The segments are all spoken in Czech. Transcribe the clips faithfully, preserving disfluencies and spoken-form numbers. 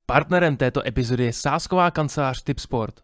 Partnerem této epizody je sázková kancelář Tipsport.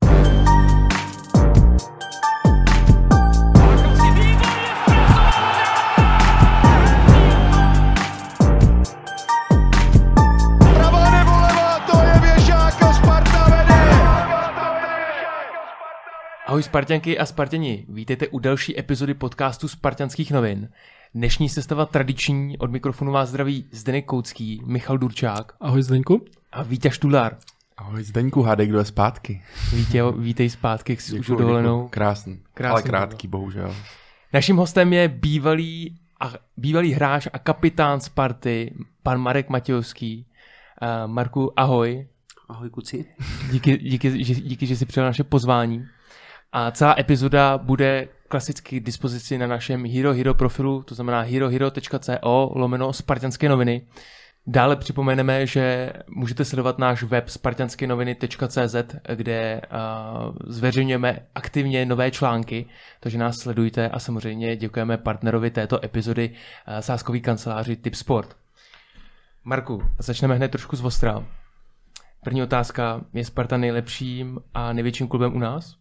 Ahoj Sparťanky a Sparťani, vítejte u další epizody podcastu Spartanských novin. Dnešní sestava tradiční, od mikrofonu vás zdraví Zdeněk Koucký, Michal Durčák. Ahoj Zdeňku. A Víťa Štulár. Ahoj Zdeňku, hádej, kdo je zpátky. Vítě, vítej zpátky s už dovolenou. Krásný, Krásný, ale krátký, bohužel. Naším hostem je bývalý, a, bývalý hráč a kapitán Sparty, pan Marek Matějovský. Uh, Marku, ahoj. Ahoj kuci. Díky, díky, že, díky, že jsi přijal naše pozvání. A celá epizoda bude klasicky k dispozici na našem Hero Hero profilu, to znamená herohero tečka co lomeno Spartanské noviny. Dále připomeneme, že můžete sledovat náš web spartanské noviny tečka cz, kde uh, zveřejňujeme aktivně nové články, takže nás sledujte a samozřejmě děkujeme partnerovi této epizody uh, sázkový kanceláři Tipsport. Marku, začneme hned trošku z ostra. První otázka, je Sparta nejlepším a největším klubem u nás?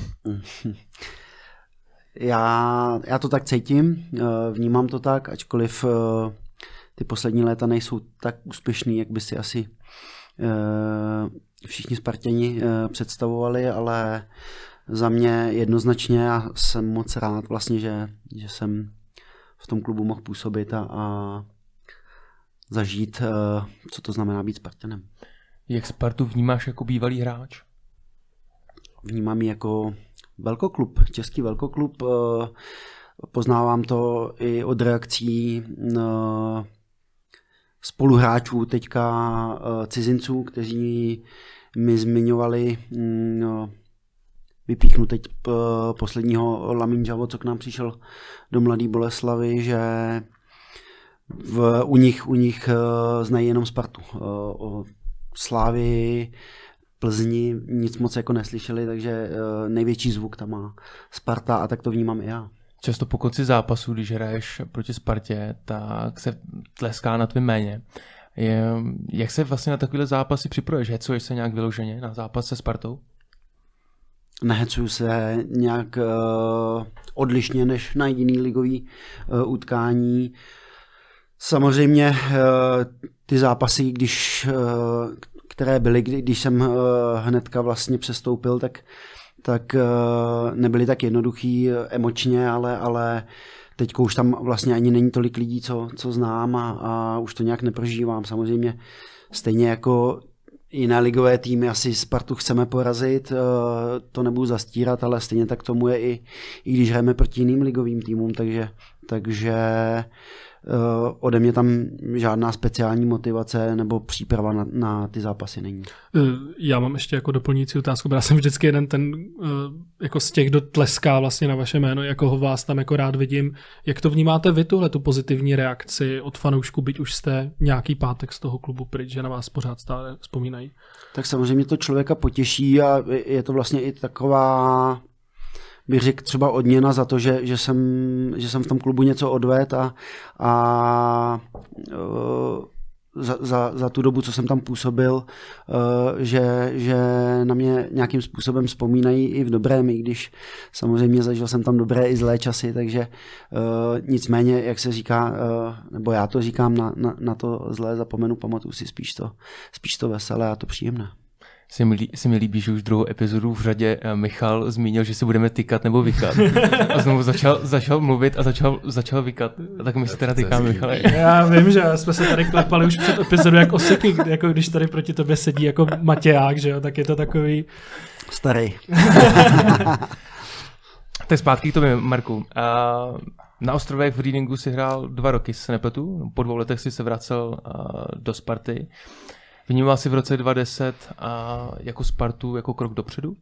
Já, já to tak cítím, vnímám to tak, ačkoliv ty poslední léta nejsou tak úspěšný, jak by si asi všichni Spartěni představovali, ale za mě jednoznačně a jsem moc rád vlastně, že, že jsem v tom klubu mohl působit a, a zažít, co to znamená být Spartanem. Jak Spartu vnímáš jako bývalý hráč? Vnímám ji jako velkoklub, český velkoklub. Poznávám to i od reakcí spoluhráčů, teďka cizinců, kteří mi zmiňovali, vypíchnu teď posledního Lamin Javo, co k nám přišel do Mladé Boleslavi, že v, u nich, u nich znají jenom Spartu. O Slávii, Plzni nic moc jako neslyšeli, takže uh, největší zvuk tam má Sparta a tak to vnímám i já. Často po konci zápasu, když hraješ proti Spartě, tak se tleská na tvém jméně. Je, jak se vlastně na takovéhle zápasy připravuješ? Hecuješ se nějak vyloženě na zápas se Spartou? Nehecuju se nějak uh, odlišně než na jiný ligový uh, utkání. Samozřejmě uh, ty zápasy, když uh, které byly, když jsem uh, hnedka vlastně přestoupil, tak, tak uh, nebyly tak jednoduchý emočně, ale, ale teďko už tam vlastně ani není tolik lidí, co, co znám a, a už to nějak neprožívám. Samozřejmě stejně jako jiné ligové týmy asi Spartu chceme porazit, uh, to nebudu zastírat, ale stejně tak tomu je i, i když hrajeme proti jiným ligovým týmům, takže, takže Uh, ode mě tam žádná speciální motivace nebo příprava na, na ty zápasy není. Já mám ještě jako doplňující otázku, protože já jsem vždycky jeden ten uh, jako z těch, kdo tleská vlastně na vaše jméno, jako ho vás tam jako rád vidím. Jak to vnímáte vy, tuhle tu pozitivní reakci od fanoušků, byť už jste nějaký pátek z toho klubu pryč, že na vás pořád stále vzpomínají? Tak samozřejmě to člověka potěší a je to vlastně i taková, bych řekl, třeba odměna za to, že, že, jsem, že jsem v tom klubu něco odvedl a, a uh, za, za, za tu dobu, co jsem tam působil, uh, že, že na mě nějakým způsobem vzpomínají i v dobrém, i když samozřejmě zažil jsem tam dobré i zlé časy, takže uh, nicméně, jak se říká, uh, nebo já to říkám, na, na, na to zlé zapomenu, pamatuju si spíš to, spíš to veselé a to příjemné. Se mi, se mi líbí, že už druhou epizodu v řadě Michal zmínil, že si budeme tykat nebo vykat. A znovu začal, začal mluvit a začal, začal vykat. A tak my si teda tykáme, Michale. Já vím, že jsme se tady klepali už před epizodu jak oseky, jako když tady proti tobě sedí jako Matěják, že jo, tak je to takový starý. Tak zpátky k tobě, Marku. Na ostrovech v Readingu si hrál dva roky, se nepletu. Po dvou letech si se vracel do Sparty. Vnímal jsi v roce dva tisíce deset a jako Spartu jako krok dopředu?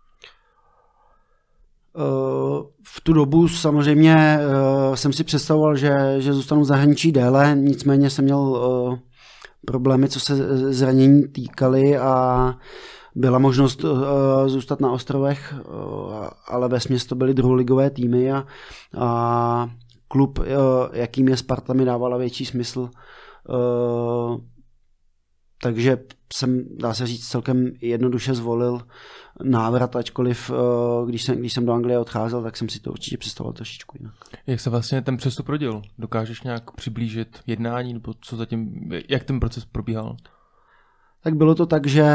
V tu dobu samozřejmě jsem si představoval, že, že zůstanu v zahraničí déle, nicméně jsem měl problémy, co se zranění týkaly a byla možnost zůstat na ostrovech, ale vesměs to byly druholigové týmy a, a klub, jakým je Sparta, mi dávala větší smysl. takže jsem, dá se říct, celkem jednoduše zvolil návrat, ačkoliv když jsem, když jsem do Anglie odcházel, tak jsem si to určitě představoval trošičku jinak. Jak se vlastně ten přestup rodil? Dokážeš nějak přiblížit jednání, nebo co zatím, jak ten proces probíhal? Tak bylo to tak, že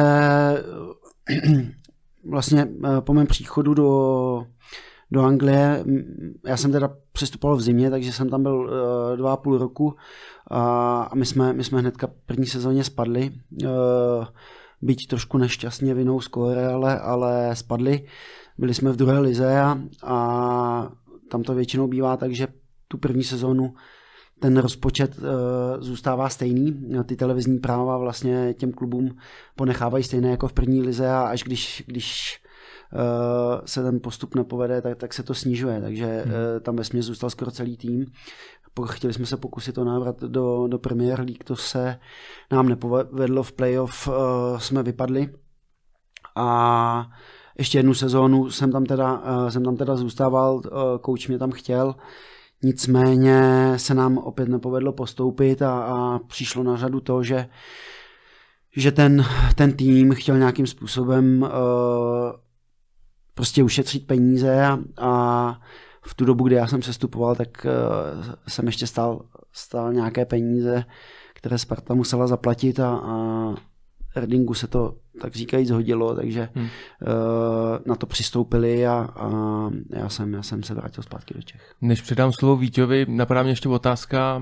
vlastně po mém příchodu do, do Anglie, já jsem teda přestupoval v zimě, takže jsem tam byl dva a půl roku a my jsme, my jsme hnedka první sezóně spadli, byť trošku nešťastně vinou skóre, ale, ale spadli. Byli jsme v druhé lize a, a tam to většinou bývá tak, že tu první sezónu ten rozpočet uh, zůstává stejný. Ty televizní práva vlastně těm klubům ponechávají stejné jako v první lize a až když, když uh, se ten postup nepovede, tak, tak se to snižuje. Takže hmm. uh, tam vesměs zůstal skoro celý tým. Chtěli jsme se pokusit o návrat do, do Premier League, to se nám nepovedlo, v playoff uh, jsme vypadli a ještě jednu sezónu jsem tam teda, uh, jsem tam teda zůstával, uh, kouč mě tam chtěl, nicméně se nám opět nepovedlo postoupit a, a přišlo na řadu to, že, že ten, ten tým chtěl nějakým způsobem uh, prostě ušetřit peníze a, a v tu dobu, kdy já jsem přestupoval, tak uh, jsem ještě stál, stál nějaké peníze, které Sparta musela zaplatit a, a Readingu se to tak říkajíc hodilo, takže hmm. uh, na to přistoupili a, a já, jsem, já jsem se vrátil zpátky do Čech. Než předám slovo Víťovi, napadá mě ještě otázka,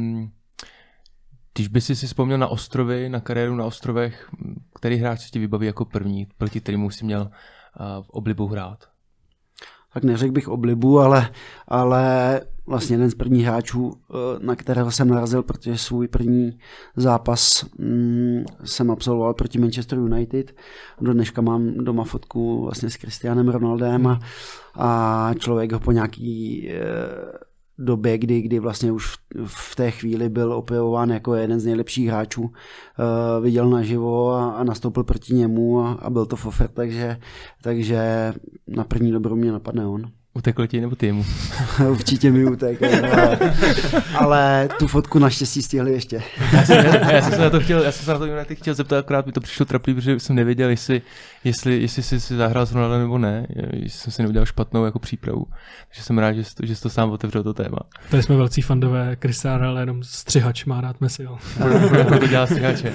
když by si si vzpomněl na ostrovy, na kariéru na ostrovech, který hráč se ti vybaví jako první, proti kterému si měl uh, v oblibu hrát? Tak neřekl bych oblibu, ale, ale vlastně jeden z prvních hráčů, na kterého jsem narazil, protože svůj první zápas mm, jsem absolvoval proti Manchester United. Do dneška mám doma fotku vlastně s Cristianem Ronaldem a, a člověk ho po nějaký e, době, kdy, kdy vlastně už v, v té chvíli byl opěvován jako jeden z nejlepších hráčů, e, viděl naživo a, a nastoupil proti němu a, a byl to fofer, takže, takže na první dobrou mě napadne on. Utekl ti nebo ty mu? Určitě mi utekl, ale, ale tu fotku naštěstí stihli ještě. Já jsem, já jsem se na to chtěl, já jsem se na to United chtěl zeptat, akorát mi to přišlo trapný, protože jsem nevěděl, jestli, jestli, jestli jsi si zahrál s Ronaldem nebo ne, jestli jsem si neudělal špatnou jako přípravu. Takže jsem rád, že jsi to, že jsi to sám otevřel to téma. Tady jsme velcí fandové Cristiana, ale jenom střihač má rád Messi. Proto dělá střihače.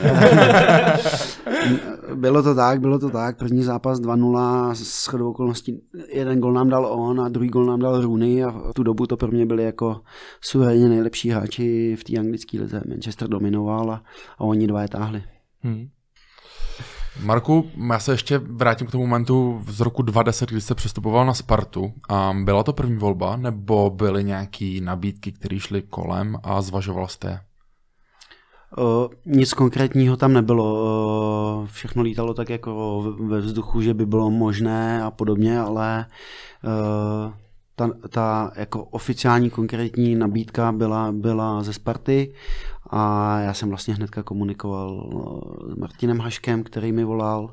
Bylo to tak, bylo to tak. První zápas dva nula, shodou okolností jeden gol nám dal on a druhý gol nám dal Rooney a v tu dobu to pro mě byli jako suverénně nejlepší hráči v té anglické lize. Manchester dominoval a, a oni dva je táhli. Hmm. Marku, já se ještě vrátím k tomu momentu z roku dva tisíce deset, kdy jste přestupoval na Spartu. A byla to první volba, nebo byly nějaké nabídky, které šly kolem a zvažoval jste? Uh, nic konkrétního tam nebylo. Uh, všechno lítalo tak jako ve vzduchu, že by bylo možné a podobně, ale uh, ta, ta jako oficiální konkrétní nabídka byla, byla ze Sparty a já jsem vlastně hnedka komunikoval s Martinem Haškem, který mi volal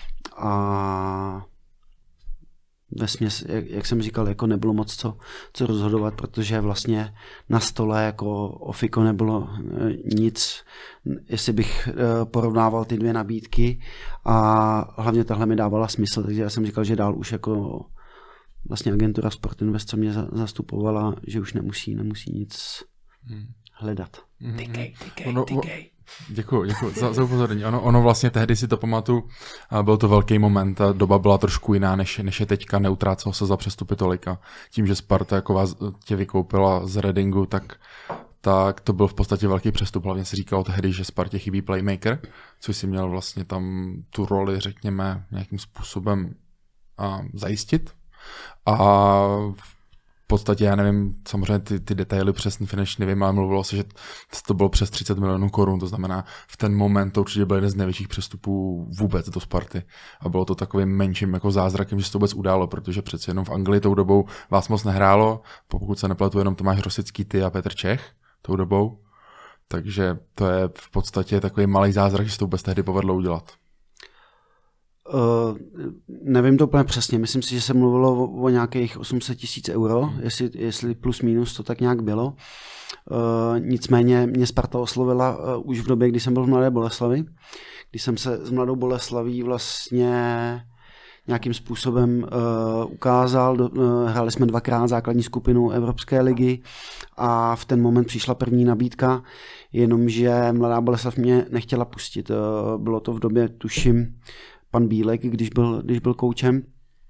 a vesměs, jak, jak jsem říkal, jako nebylo moc co, co rozhodovat, protože vlastně na stole jako o Fiko nebylo nic, jestli bych porovnával ty dvě nabídky a hlavně tahle mi dávala smysl, takže já jsem říkal, že dál už jako vlastně agentura Sportinvest, co mě zastupovala, že už nemusí, nemusí nic hledat. Tykej, tykej, ono, tykej. Děkuji, děkuji za, za upozornění. Ono, ono vlastně tehdy si to pamatuju, byl to velký moment, ta doba byla trošku jiná, než, než je teďka, neutrácel se za přestupy tolika. Tím, že Sparta jako vás tě vykoupila z Readingu, tak, tak to byl v podstatě velký přestup. Hlavně si říkalo tehdy, že Spartě chybí playmaker, což si měl vlastně tam tu roli, řekněme, nějakým způsobem a, zajistit. A v podstatě, já nevím, samozřejmě ty, ty detaily přesný finish nevím, ale mluvilo se, že to bylo přes třicet milionů korun, to znamená, v ten moment to určitě byl jeden z největších přestupů vůbec do Sparty. A bylo to takovým menším jako zázrakem, že se to vůbec událo, protože přece jenom v Anglii tou dobou vás moc nehrálo, pokud se nepletu, jenom Tomáš Rosický, ty a Petr Čech tou dobou. Takže to je v podstatě takový malý zázrak, že se to vůbec tehdy povedlo udělat. Uh, nevím to úplně přesně, myslím si, že se mluvilo o, o nějakých osm set tisíc euro, hmm. jestli, jestli plus minus to tak nějak bylo. Uh, nicméně mě Sparta oslovila uh, už v době, kdy jsem byl v Mladé Boleslavi, kdy jsem se s Mladou Boleslaví vlastně nějakým způsobem uh, ukázal. Do, uh, hráli jsme dvakrát základní skupinu Evropské ligy a v ten moment přišla první nabídka, jenomže Mladá Boleslav mě nechtěla pustit. Uh, bylo to v době, tuším, pan Bílek, když byl, když byl koučem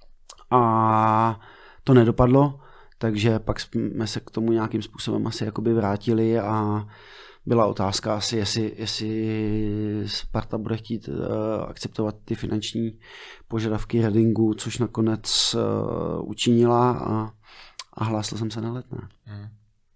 a to nedopadlo, takže pak jsme se k tomu nějakým způsobem asi jakoby vrátili a byla otázka asi, jestli, jestli Sparta bude chtít uh, akceptovat ty finanční požadavky Redingu, což nakonec uh, učinila a, a hlásil jsem se na Letné. Hmm.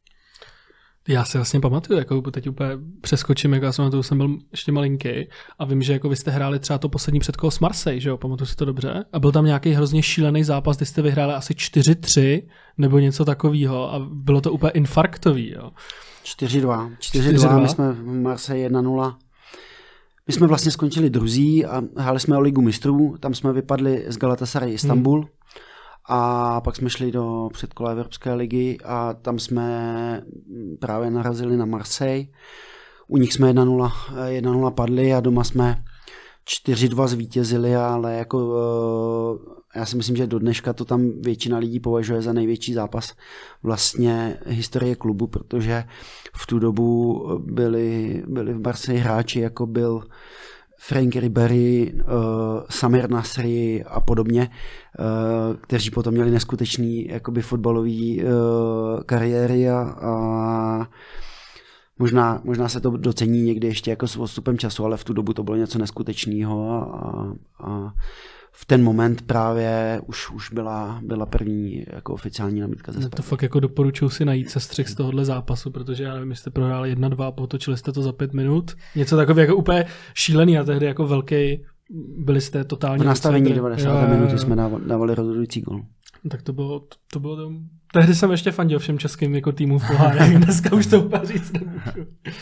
Já si vlastně pamatuju, jako teď úplně přeskočím, jako já jsem na to jsem byl ještě malinký a vím, že jako vy jste hráli třeba to poslední předkolo s Marseille, že jo, pamatuju si to dobře, a byl tam nějaký hrozně šílený zápas, kdy jste vyhráli asi čtyři tři nebo něco takového a bylo to úplně infarktový, jo. čtyři dva. čtyři dva, my jsme v Marseille jedna nula. My jsme vlastně skončili druzí a hráli jsme o Ligu mistrů, tam jsme vypadli z Galatasaray Istanbul. Hmm. A pak jsme šli do předkola Evropské ligy a tam jsme právě narazili na Marseille. U nich jsme jedna nula padli a doma jsme čtyři dva zvítězili, ale jako já si myslím, že do dneška to tam většina lidí považuje za největší zápas vlastně historie klubu, protože v tu dobu byli, byli v Marseille hráči, jako byl Frank Ribéry, uh, Samir Nasri a podobně, uh, kteří potom měli neskutečný jakoby fotbalový uh, kariéry a, a možná, možná se to docení někdy ještě jako s odstupem času, ale v tu dobu to bylo něco neskutečného a, a, a v ten moment právě už, už byla, byla první jako oficiální nabídka ze Sparty. To fakt jako doporučuji si najít sestřih z tohohle zápasu, protože já nevím, jestli jste prohráli jedna dva a potočili jste to za pět minut. Něco takové jako úplně šílený a tehdy jako velký, byli jste totálně... V nastavení devadesáté minuty jsme dávali, dávali rozhodující gol. Tak to bylo, to bylo to... Tehdy jsem ještě fandil všem českým jako týmům v pohárech, dneska už to úplně říct nemůžu.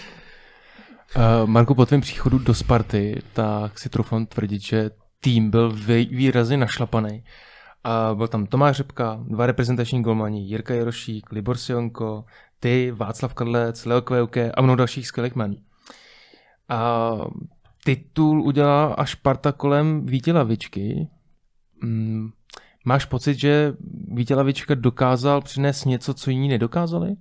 Uh, Marku, po tvém příchodu do Sparty, tak si troufám tvrdit, že tým byl výrazně našlapaný. A byl tam Tomáš Řepka, dva reprezentační golmani, Jirka Jarošík, Libor Sionko, ty, Václav Kadlec, Leo Kveuke a mnoho dalších skvělých men. A titul udělala až Sparta kolem Víti Lavičky. Hmm. Máš pocit, že Vítě Lavička dokázal přinést něco, co jiní nedokázali?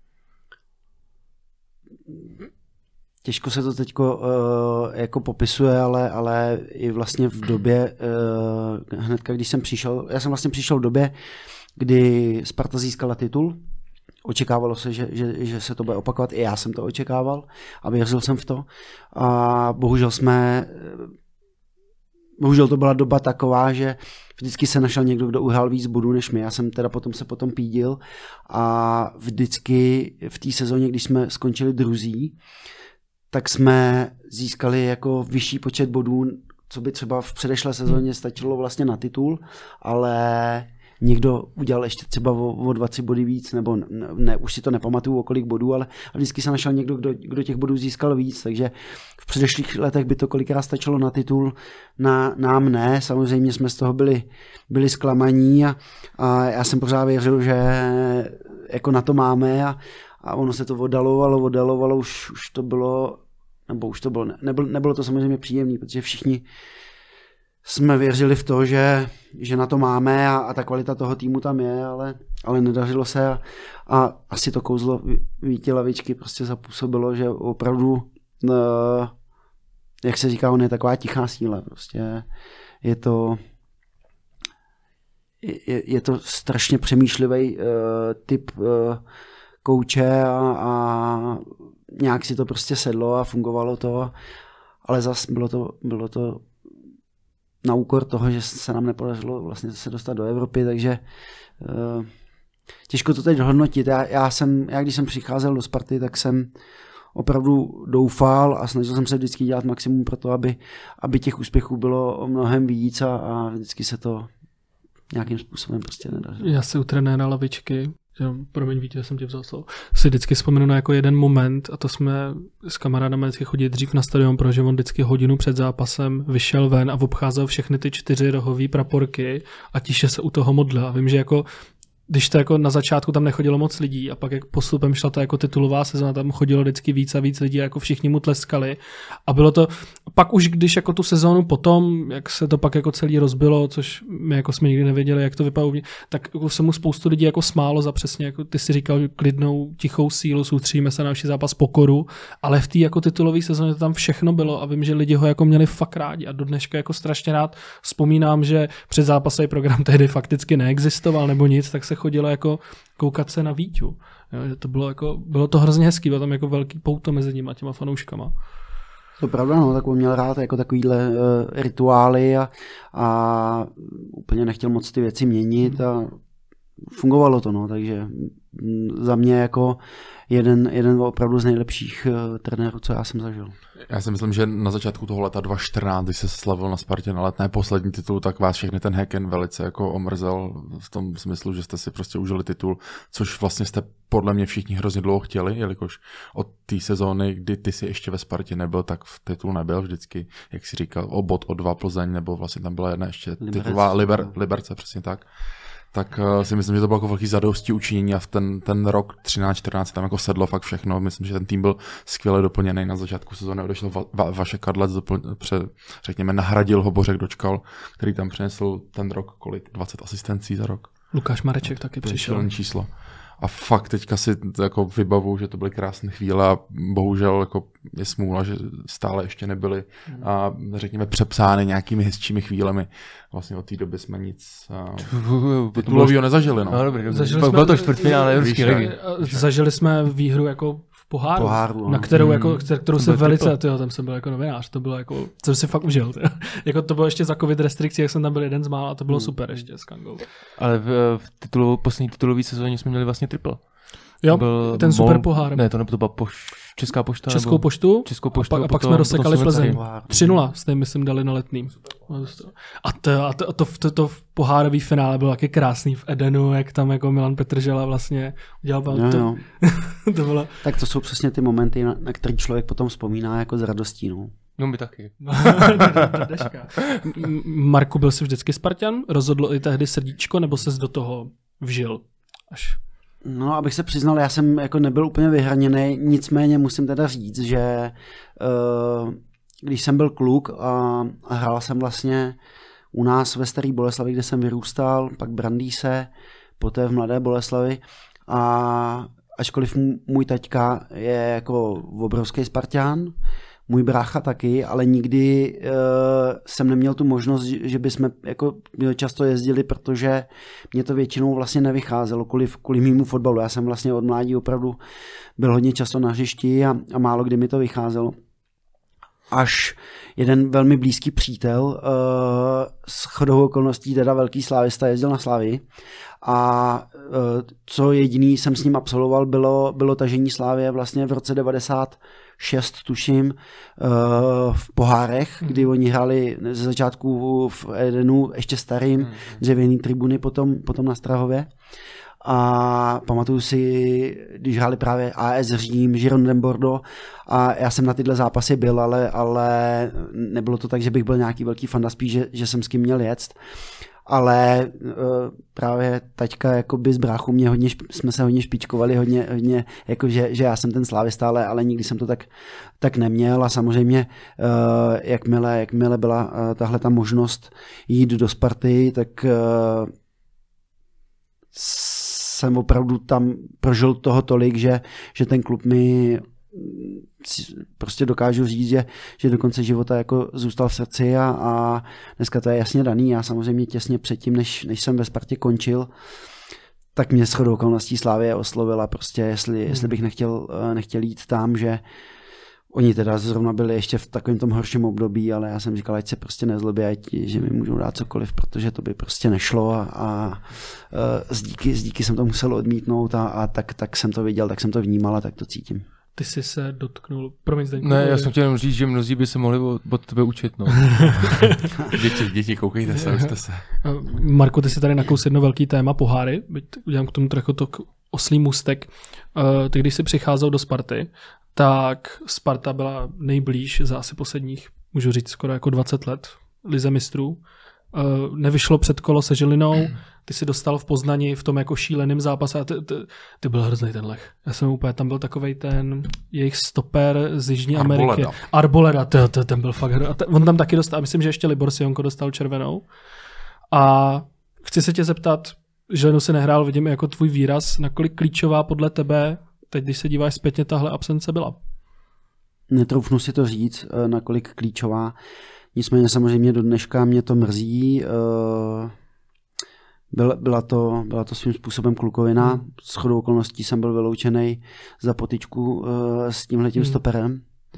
Těžko se to teďko uh, jako popisuje, ale, ale i vlastně v době, uh, hnedka když jsem přišel, já jsem vlastně přišel v době, kdy Sparta získala titul. Očekávalo se, že, že, že se to bude opakovat, i já jsem to očekával a věřil jsem v to. A bohužel jsme, bohužel to byla doba taková, že vždycky se našel někdo, kdo uhrál víc bodů než my. Já jsem teda potom se potom pídil a vždycky v té sezóně, když jsme skončili druzí, tak jsme získali jako vyšší počet bodů, co by třeba v předešlé sezóně stačilo vlastně na titul, ale někdo udělal ještě třeba o, o dva, tři body víc, nebo ne, ne, už si to nepamatuju o kolik bodů, ale vždycky se našel někdo, kdo, kdo těch bodů získal víc, takže v předešlých letech by to kolikrát stačilo na titul, na, nám ne, samozřejmě jsme z toho byli, byli zklamaní a, a já jsem pořád věřil, že jako na to máme a, a ono se to oddalovalo, oddalovalo, už, už to bylo, nebo už to bylo, nebylo, nebylo to samozřejmě příjemné, protože všichni jsme věřili v to, že, že na to máme a, a ta kvalita toho týmu tam je, ale, ale nedařilo se a, a asi to kouzlo Víti Lavičky prostě zapůsobilo, že opravdu, no, jak se říká, on je taková tichá síla, prostě je to je, je to strašně přemýšlivý uh, typ uh, kouče a, a nějak si to prostě sedlo a fungovalo to, ale zas bylo to, bylo to na úkor toho, že se nám nepodařilo vlastně se dostat do Evropy, takže uh, těžko to teď hodnotit. Já, já, jsem, já když jsem přicházel do Sparty, tak jsem opravdu doufal a snažil jsem se vždycky dělat maximum pro to, aby, aby těch úspěchů bylo mnohem víc a, a vždycky se to nějakým způsobem prostě nedařilo. Já si u trenéra Lavičky Promiň, Vítě, že jsem tě vzal slovo. Si vždycky vzpomenu na jako jeden moment, a to jsme s kamarádama vždycky chodili dřív na stadion, protože on vždycky hodinu před zápasem vyšel ven a obcházel všechny ty čtyři rohové praporky a tiše se u toho modlil. A vím, že jako když to jako na začátku tam nechodilo moc lidí a pak jak postupem šla ta jako titulová sezona, tam chodilo vždycky víc a víc lidí, jako všichni mu tleskali a bylo to, pak už když jako tu sezónu potom, jak se to pak jako celý rozbilo, což my jako jsme nikdy nevěděli, jak to vypadá, tak jako se mu spoustu lidí jako smálo za přesně, jako ty si říkal, klidnou, tichou sílu, soustředíme se na další zápas, pokoru, ale v té jako titulové sezóně to tam všechno bylo a vím, že lidi ho jako měli fakt rádi a do dneška jako strašně rád vzpomínám, že před zápasový program tehdy fakticky neexistoval nebo nic, tak se chodilo jako koukat se na Víťu. Jo, že to bylo, jako, bylo to hrozně hezký, bylo tam jako velký pouto mezi nimi a těma fanouškama. To pravda, no, tak on měl rád jako takovýhle uh, rituály a, a úplně nechtěl moc ty věci měnit a fungovalo to, no, takže za mě jako jeden, jeden opravdu z nejlepších uh, trenérů, co já jsem zažil. Já si myslím, že na začátku toho leta dva tisíce čtrnáct, když se slavil na Spartě na letné poslední titul, tak vás všechny ten Häcken velice jako omrzel v tom smyslu, že jste si prostě užili titul, což vlastně jste podle mě všichni hrozně dlouho chtěli, jelikož od té sezóny, kdy ty si ještě ve Spartě nebyl, tak v titul nebyl vždycky, jak si říkal, o bod o dva Plzeň, nebo vlastně tam byla jedna ještě titulová Liber, Liberce, přesně tak. Tak uh, si myslím, že to bylo jako velký zadosti učinění a v ten, ten rok třináct čtrnáct tam jako sedlo fakt všechno. Myslím, že ten tým byl skvěle doplněný. Na začátku sezóny odešel Va- Va- Vašek Kadlec, dopl- pře, řekněme, nahradil ho Bořek Dočkal, který tam přinesl ten rok kolik? dvacet asistencí za rok. Lukáš Mareček taky přišel. Číslo. A fakt teďka si jako vybavu, že to byly krásné chvíle a bohužel jako je smůla, že stále ještě nebyly a řekněme přepsány nějakými hezčími chvílemi. Vlastně od té doby jsme nic titulového nezažili. No. No, dobrý, dobrý. Zažili Bylo jsme, to čtvrtfinále Evropské ligy. Zažili jsme výhru jako v poháru, Poháru, na kterou, hmm. jako, kterou se velice, tyjo, tam jsem byl jako novinář, to bylo jako, jsem si fakt užil. Jako to bylo ještě za covid restrikcí, jak jsem tam byl jeden z mála a to bylo hmm. super ještě s Kangou. Ale v, v titulovou, poslední titulové sezóně jsme měli vlastně triple. Jo, byl ten super pohár. Ne, to nebylo, to byla poš, Česká pošta. Českou nebo, poštu. Českou poštu. A pak, a pak jsme rozsekali Plzeň. tři nula jste, myslím, dali na Letným. A to, a to, a to, to, to v pohárový finále bylo taky krásný v Edenu, jak tam jako Milan Petržela vlastně udělal. Jo, to, jo. to bylo... Tak to jsou přesně ty momenty, na, na který člověk potom vzpomíná jako s radostí. No. No my taky. Marku, byl jsi vždycky Spartan? Rozhodlo i tehdy srdíčko, nebo ses do toho vžil? Až... No, abych se přiznal, já jsem jako nebyl úplně vyhraněný, nicméně musím teda říct, že uh, když jsem byl kluk a, a hrál jsem vlastně u nás ve Staré Boleslavi, kde jsem vyrůstal, pak Brandýse, poté v Mladé Boleslavi a ačkoliv můj taťka je jako obrovský Spartan, můj brácha taky, ale nikdy uh, jsem neměl tu možnost, že bychom jako často jezdili, protože mě to většinou vlastně nevycházelo kvůli, kvůli mému fotbalu. Já jsem vlastně od mládí opravdu byl hodně často na hřišti a, a málo kdy mi to vycházelo. Až jeden velmi blízký přítel uh, s chodou okolností, teda velký slávista, jezdil na Slávii a uh, co jediný jsem s ním absolvoval, bylo, bylo tažení Slávie vlastně v roce devadesát šest, tuším, uh, v pohárech, hmm. kdy oni hráli ze začátku v Edenu ještě starým, hmm. dřevěný tribuny, potom, potom na Strahově. A pamatuju si, když hráli právě A S Řím, Girondin Bordeaux a já jsem na tyhle zápasy byl, ale, ale nebylo to tak, že bych byl nějaký velký fanda, spíš, že, že jsem s kým měl jet. Ale uh, právě taťka jakoby z bráchu mě hodně, jsme se hodně špičkovali, hodně, hodně jako že, že já jsem ten slávista, ale, ale nikdy jsem to tak, tak neměl a samozřejmě uh, jakmile, jakmile byla uh, tahle ta možnost jít do Sparty, tak uh, jsem opravdu tam prožil toho tolik, že, že ten klub mi prostě dokážu říct, že, že do konce života jako zůstal v srdci a, a dneska to je jasně daný. Já samozřejmě těsně předtím, než, než jsem ve Spartě končil, tak mě shodou okolností Slavie oslovila prostě, jestli, hmm. jestli bych nechtěl, nechtěl jít tam, že oni teda zrovna byli ještě v takovém tom horším období, ale já jsem říkal, ať se prostě nezlobí, ať, že mi můžou dát cokoliv, protože to by prostě nešlo a, a z, díky, z díky jsem to musel odmítnout a, a tak, tak jsem to viděl, tak jsem to vnímal a tak to cítím. ty jsi se dotknul, promiň Zdeňku. Ne, já jsem chtěl jenom říct, že mnozí by se mohli od, od tebe učit, no. děti, děti, koukejte se, učte se. Marku, ty jsi tady nakous jedno velký téma, poháry, byť udělám k tomu trochu to oslý můstek. Ty, když jsi přicházel do Sparty, tak Sparta byla nejblíž za asi posledních, můžu říct, skoro jako dvacet let lize mistrů. Nevyšlo před kolo se Žilinou, ty si dostal v Poznani v tom jako šíleným zápase a ty, ty, ty byl hrozný ten Lech. Já jsem úplně, tam byl takovej ten jejich stoper z Jižní Arboleda. Ameriky. Arboleda, to, to, ten byl fakt hrozný. On tam taky dostal, myslím, že ještě Libor Sionko dostal červenou. A chci se tě zeptat, Žilinu si nehrál, vidím jako tvůj výraz, nakolik klíčová podle tebe, teď když se díváš zpětně, tahle absence byla? Netroufnu si to říct, nakolik klíčová. Nicméně samozřejmě do dneška mě to mrzí. Byla, byla, to, byla to svým způsobem klukovina. Shodou okolností jsem byl vyloučený za potyčku s tímhletím hmm. stoperem.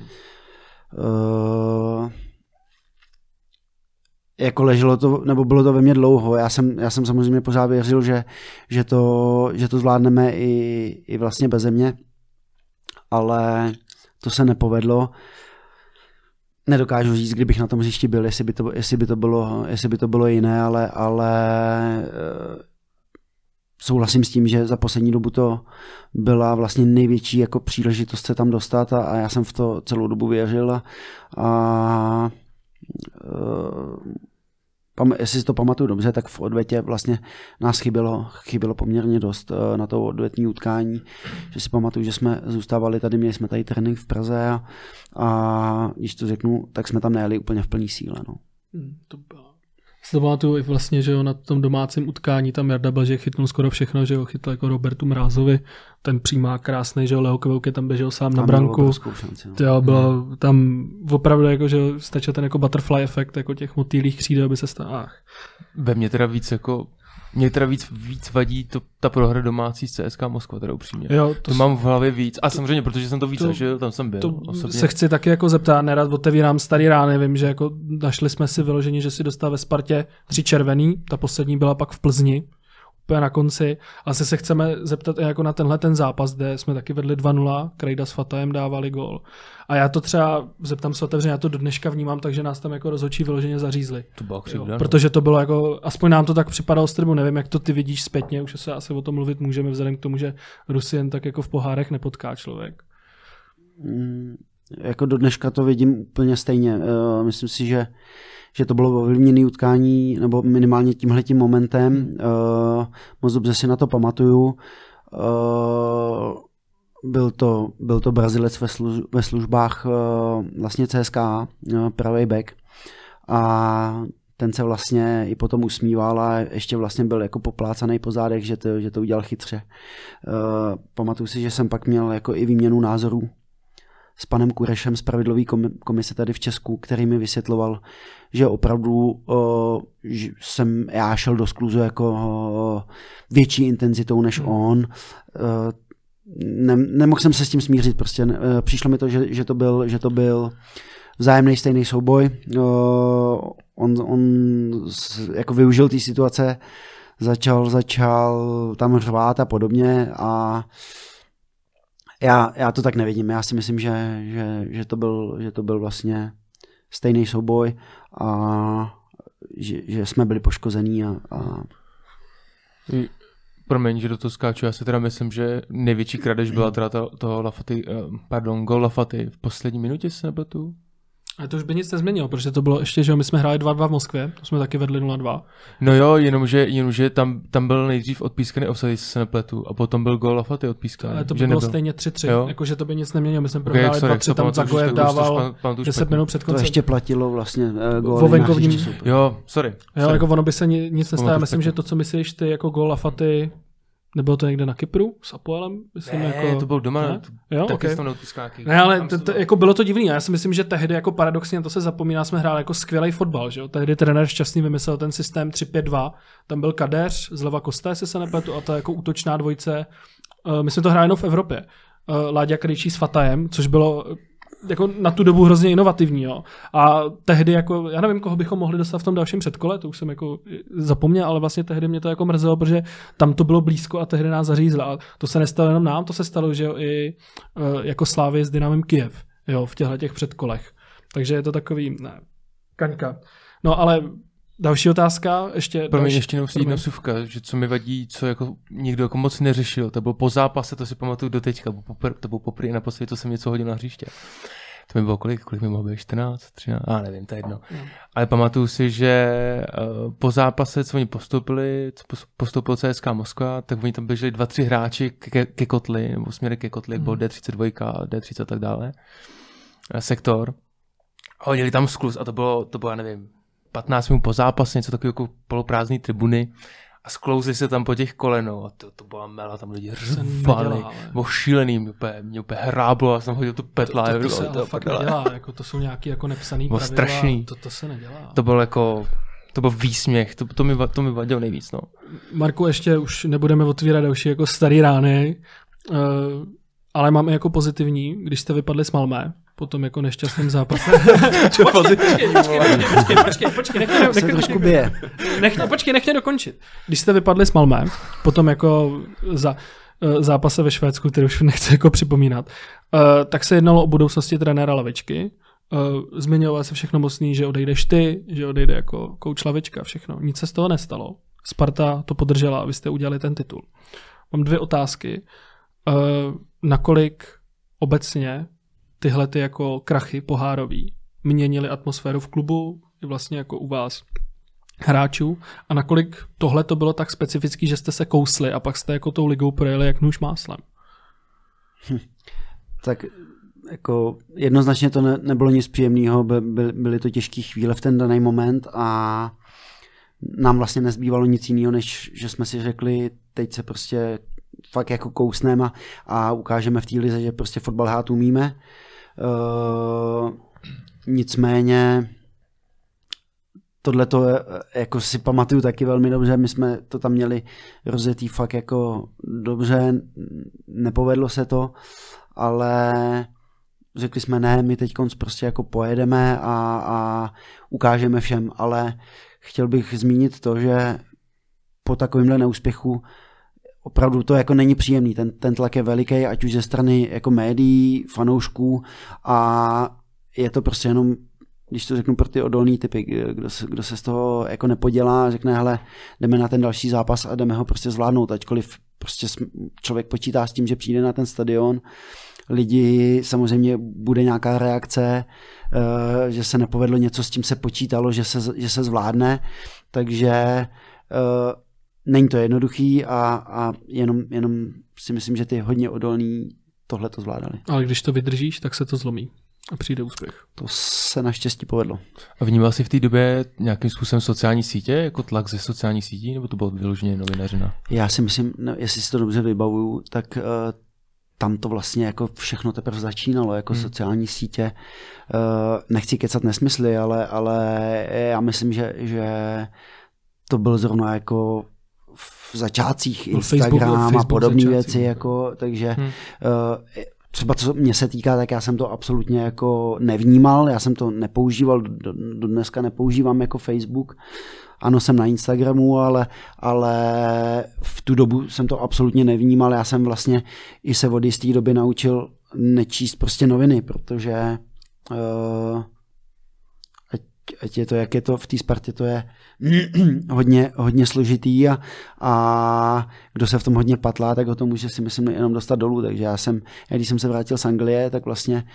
Jako leželo to, nebo bylo to ve mně dlouho. Já jsem, já jsem samozřejmě pořád věřil, že, že, to, že to zvládneme i, i vlastně beze mě. Ale to se nepovedlo. Nedokážu říct, kdybych na tom hřišti byl, jestli by to, jestli by to, bylo, jestli by to bylo jiné, ale, ale e, souhlasím s tím, že za poslední dobu to byla vlastně největší jako příležitost se tam dostat a, a já jsem v to celou dobu věřil a, a e, pam, jestli si to pamatuju dobře, tak v odvetě vlastně nás chybělo, chybělo poměrně dost na to odvetní utkání, že si pamatuju, že jsme zůstávali tady, měli jsme tady trénink v Praze a, a když to řeknu, tak jsme tam nejeli úplně v plný síle. No. Hmm, to bylo. Si to pamatuju i vlastně, že jo, na tom domácím utkání tam Jarda Blažek chytnul skoro všechno, že jo, chytl jako Robertu Mrázovi, ten přímák krásný, že jo, Leo Kvouky tam běžel sám tam na branku. Šanci, no. Jo, bylo hmm. tam opravdu jako, že stačil ten jako butterfly efekt, jako těch motýlých křídel, aby se stalo. Ach. Ve mně teda víc jako Mě teda víc, víc vadí to, ta prohra domácí z C S K Moskva, teda upřímně. Jo, to, to mám v hlavě víc. A to, samozřejmě, protože jsem to víc zažil, tam jsem byl. To osobně. Se chci taky jako zeptat, nerad otevírám starý rány, vím, že jako našli jsme si vyložení, že si dostal ve Spartě tři červený, ta poslední byla pak v Plzni, úplně na konci. A se se chceme zeptat jako na tenhle ten zápas, kde jsme taky vedli dva nula, Krejda s Fatajem dávali gól. A já to třeba, zeptám se otevřeně, já to do dneška vnímám, takže nás tam jako rozhodčí vyloženě zařízli. To bylo křivda, protože to bylo jako, aspoň nám to tak připadalo z tribu, nevím, jak to ty vidíš zpětně, už se asi o tom mluvit můžeme, vzhledem k tomu, že Rusy jen tak jako v pohárech nepotká člověk. Mm, jako do dneška to vidím úplně stejně. Uh, myslím si, že že to bylo ovlivněné utkání, nebo minimálně tímhletím momentem. Uh, moc dobře si na to pamatuju. Uh, byl, to, byl to Brazilec ve, služ, ve službách uh, vlastně C S K A, uh, pravý back. A ten se vlastně i potom usmíval a ještě vlastně byl jako poplácaný po zádech, že to, že to udělal chytře. Uh, pamatuju si, že jsem pak měl jako i výměnu názorů s panem Kurešem z pravidlové komise tady v Česku, který mi vysvětloval, že opravdu uh, že jsem já šel do skluzu jako uh, větší intenzitou než hmm. on. Uh, ne, nemohl jsem se s tím smířit, prostě uh, přišlo mi to, že, že to byl, že to byl vzájemný stejný souboj. Uh, on on jako využil té situace, začal, začal tam řvát a podobně a Já, já to tak nevidím. Já si myslím, že, že, že, to, byl, že to byl vlastně stejný souboj a že, že jsme byli poškození. A, a... Promiň, že do toho skáču. Já si teda myslím, že největší kradež byla teda to, toho Lafaty, pardon, gol Lafaty v poslední minutě, se nepletu. Ale to už by nic nezměnilo, protože to bylo ještě, že my jsme hráli dva dva v Moskvě, to jsme taky vedli nula dva. No jo, jenomže, jenomže tam, tam byl nejdřív odpískaný offside, jestli se nepletu, a potom byl gol Lafaty odpískaný. Ale to by bylo nebyl. Stejně tři tři, jakože to by nic neměnilo, my jsme okay, prohráli dva tři, tam Zagojev dával deset minut před koncem. To ještě platilo vlastně uh, gól. Vo venkovním. Jo, sorry. Jo, sorry. jako ono by se nic nestalo, myslím, že to, co myslíš ty jako gol Lafaty, nebylo to někde na Kypru s Apoelem? Myslím, ne, jako... to byl doma. Ne? Jo, taky okay. tam neodpískáky. Ne, ale t- t- jako bylo to divný. Já si myslím, že tehdy jako paradoxně, to se zapomíná, jsme hráli jako skvělý fotbal. Že jo? Tehdy trenér Šťastný vymyslel ten systém tři pět dva. Tam byl Kadeř, zleva Kosta, jestli se nepletu, a to jako útočná dvojce. Uh, my jsme to hráli jenom v Evropě. Uh, Láďa Krejčí s Fatajem, což bylo jako na tu dobu hrozně inovativní. Jo. A tehdy, jako, já nevím, koho bychom mohli dostat v tom dalším předkole, to už jsem jako zapomněl, ale vlastně tehdy mě to jako mrzelo, protože tam to bylo blízko a tehdy nás zařízla. A to se nestalo jenom nám, to se stalo, že jo, i jako Slávy s Dynamem Kyjev, jo, v těchto těch předkolech. Takže je to takový, ne, kaňka. No ale další otázka, ještě... Pro mě další, ještě jedna vsuvka, že co mi vadí, co jako nikdo jako moc neřešil, to bylo po zápase, to si pamatuju do teďka, to bylo poprvé naposledy, co jsem něco hodil na hřiště. To mi bylo kolik, kolik mi mohlo být, čtrnáct, třináct, a nevím, to je jedno. No. Ale pamatuju si, že uh, po zápase, co oni postoupili, co postoupil C S K A Moskva, tak oni tam běželi dva, tři hráči ke, ke kotli, nebo směry ke kotli, jak byl D třicet dva, D třicet a tak dále, sektor. A hodili tam skluz a to bylo, to bylo, já nevím, patnáct minut po zápase, něco takového jako poloprázdný tribuny a sklouzli se tam po těch kolenou a to, to byla mela, tam lidi řvali, bylo šílený, mě úplně, mě úplně hráblo a jsem hodil tu petla. To, to, to se ale fakt nedělá, jako to jsou nějaký jako nepsaný pravidla, strašný. To, to se nedělá. To byl jako, to byl výsměch, to, to, mi, to mi vadilo nejvíc. No. Marku, ještě už nebudeme otvírat další jako starý rány, uh, ale máme jako pozitivní, když jste vypadli s Malmé, potom jako nešťastným zápasem. počkej, počkej, počkej, počkej, počkej, nech mě, se trošku bije. Nech, počkej, nech mě dokončit. Když jste vypadli s Malmé, potom jako za uh, zápase ve Švédsku, který už nechci jako připomínat, uh, tak se jednalo o budoucnosti trenéra Lavičky. Uh, zmiňoval se všechno mocný, že odejdeš ty, že odejde jako kouč Lavička, všechno. Nic se z toho nestalo. Sparta to podržela a vy jste udělali ten titul. Mám dvě otázky. Uh, nakolik obecně tyhle ty jako krachy pohárový měnily atmosféru v klubu, i vlastně jako u vás hráčů, a nakolik tohle to bylo tak specifický, že jste se kousli a pak jste jako tou ligou projeli jak nůž máslem? Hm. Tak jako jednoznačně to ne, nebylo nic příjemného, by, by, byly to těžké chvíle v ten daný moment a nám vlastně nezbývalo nic jiného, než že jsme si řekli, teď se prostě fakt jako kousneme a, a ukážeme v té lize, že prostě fotbal hrát umíme. Uh, nicméně tohle to jako si pamatuju taky velmi dobře, my jsme to tam měli rozjetý fakt jako dobře, nepovedlo se to, ale řekli jsme ne, my teď prostě jako pojedeme a, a ukážeme všem, ale chtěl bych zmínit to, že po takovémhle neúspěchu opravdu to jako není příjemný, ten, ten tlak je veliký, ať už ze strany jako médií, fanoušků a je to prostě jenom, když to řeknu pro ty odolný typy, kdo se, kdo se z toho jako nepodělá, řekne, hele, jdeme na ten další zápas a jdeme ho prostě zvládnout, ačkoliv prostě člověk počítá s tím, že přijde na ten stadion, lidi, samozřejmě bude nějaká reakce, že se nepovedlo něco, s tím se počítalo, že se, že se zvládne, takže není to jednoduchý a, a jenom, jenom si myslím, že ty hodně odolní tohle to zvládali. Ale když to vydržíš, tak se to zlomí a přijde úspěch. To se naštěstí povedlo. A vnímal jsi v té době nějakým způsobem sociální sítě, jako tlak ze sociální sítí, nebo to bylo vyloženě novinařina? Já si myslím, no, jestli si to dobře vybavuju, tak uh, tam to vlastně jako všechno teprve začínalo, jako hmm. sociální sítě. Uh, nechci kecat nesmysly, ale, ale já myslím, že, že to byl zrovna jako v začátcích Instagram a podobné věci, jako, takže hmm. uh, třeba co mě se týká, tak já jsem to absolutně jako nevnímal, já jsem to nepoužíval, do, do dneska nepoužívám jako Facebook, ano, jsem na Instagramu, ale, ale v tu dobu jsem to absolutně nevnímal, já jsem vlastně i se od jisté doby naučil nečíst prostě noviny, protože uh, ať, ať je to, jak je to v té Spartě, to je hodně, hodně složitý a, a kdo se v tom hodně patlá, tak ho to může si myslím jenom dostat dolů, takže já jsem, já když jsem se vrátil z Anglie, tak vlastně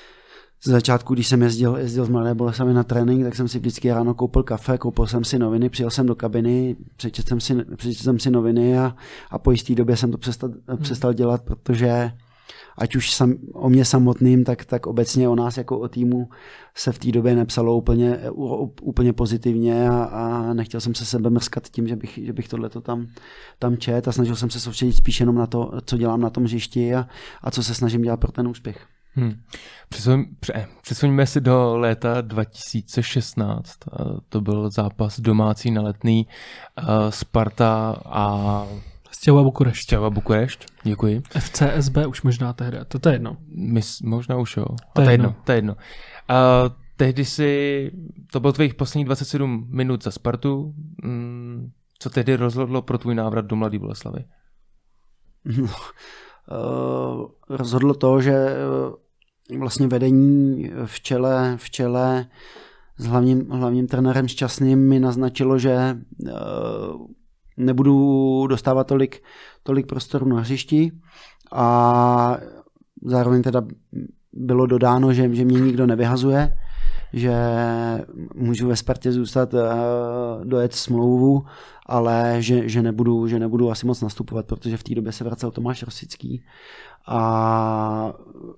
z začátku, když jsem jezdil, jezdil z Mladé Boleslavi na trénink, tak jsem si vždycky ráno koupil kafe, koupil jsem si noviny, přijel jsem do kabiny, přečetl jsem si, přečetl jsem si noviny a, a po jisté době jsem to přestal, hmm. přestal dělat, protože ať už sam, o mě samotným, tak, tak obecně o nás jako o týmu se v té době nepsalo úplně, úplně pozitivně a, a nechtěl jsem se sebe mrskat tím, že bych, že bych tohleto tam, tam čet a snažil jsem se soustředit spíš jenom na to, co dělám na tom hřišti a, a co se snažím dělat pro ten úspěch. Hmm. Přesuň, pře, přesuňme si do léta dva tisíce šestnáct. To byl zápas domácí na Letný, Sparta a Steaua Bukurešť. Steaua Bukurešť, děkuji. F C S B už možná tehdy, to, to je jedno. My, možná už jo. To je to je jedno. jedno. To je jedno. A tehdy si, to bylo tvých posledních dvacet sedm minut za Spartu. Co tehdy rozhodlo pro tvůj návrat do Mladé Boleslavi? No, uh, rozhodlo to, že uh, vlastně vedení v čele, v čele s hlavním, hlavním trenérem Šťastným mi naznačilo, že uh, nebudu dostávat tolik, tolik prostoru na hřišti a zároveň teda bylo dodáno, že, že mě nikdo nevyhazuje, že můžu ve Spartě zůstat, dojet smlouvu, ale že, že, nebudu, že nebudu asi moc nastupovat, protože v té době se vracel Tomáš Rosický a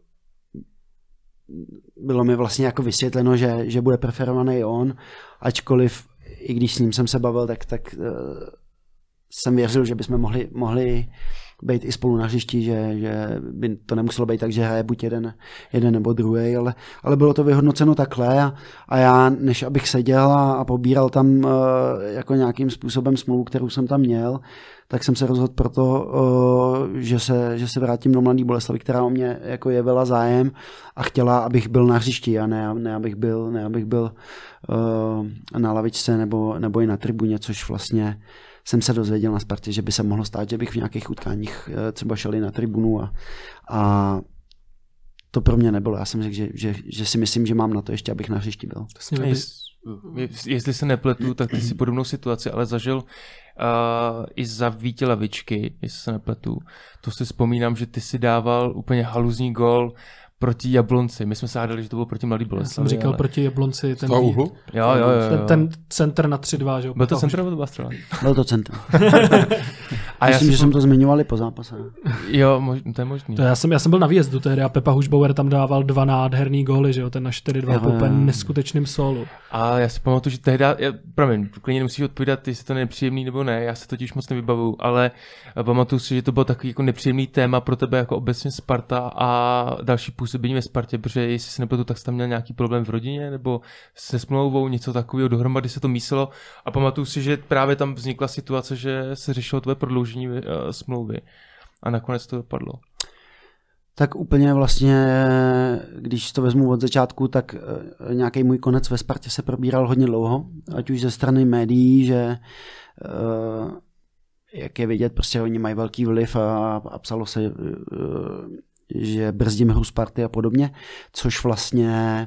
bylo mi vlastně jako vysvětleno, že, že bude preferovaný on, ačkoliv i když s ním jsem se bavil, tak, tak jsem věřil, že bychom mohli, mohli být i spolu na hřišti, že, že by to nemuselo být tak, že hraje buď jeden, jeden nebo druhý, ale, ale bylo to vyhodnoceno takhle a, a já, než abych seděl a, a pobíral tam uh, jako nějakým způsobem smlouvu, kterou jsem tam měl, tak jsem se rozhodl proto, uh, že, se, že se vrátím do Mladé Boleslavy, která o mě jako jevila zájem a chtěla, abych byl na hřišti a ne, ne abych byl, ne, abych byl uh, na lavičce nebo, nebo i na tribuně, což vlastně jsem se dozvěděl na Spartě, že by se mohlo stát, že bych v nějakých utkáních třeba šel i na tribunu a, a to pro mě nebylo. Já jsem řekl, že, že, že si myslím, že mám na to ještě, abych na hřišti byl. Jest, jestli se nepletu, tak ty si podobnou situaci, ale zažil uh, i za Vítě Lavičky, jestli se nepletu. To si vzpomínám, že ty si dával úplně haluzní gól proti Jablonci. My jsme se hádali, že to bylo proti Mladý Boleslavi. Já jsem říkal ale... proti Jablonci. Ten, úhlu? Jo, jo, jo, jo. Ten, ten centr na tři dva, že jo? Byl to centr nebo to byla střela? Byl to centr. A Myslím, já že jsem to zmiňovali po zápase. Jo, mož, to je možný. To já, jsem, já jsem byl na výjezdu tehdy a Pepa Hušbauer tam dával dva nádherný góly, že jo? Ten na čtyři dva po úplně neskutečným sólu. A já si pamatuju, že tehdy, já, promiň, klidně nemusíš odpovídat, jestli to nepříjemný nebo ne, já se totiž moc nevybavuju, ale pamatuju si, že to bylo takový jako nepříjemný téma pro tebe jako obecně Sparta a další působení ve Spartě, protože jestli si nepletu, tak jsi tam měl nějaký problém v rodině nebo se smlouvou, něco takového, dohromady se to míselo a pamatuju si, že právě tam vznikla situace, že se řešilo tvoje prodloužení uh, smlouvy a nakonec to dopadlo. Tak úplně vlastně, když to vezmu od začátku, tak nějaký můj konec ve Spartě se probíral hodně dlouho, ať už ze strany médií, že jak je vidět, prostě oni mají velký vliv a, a psalo se, že brzdím hru Sparty a podobně, což vlastně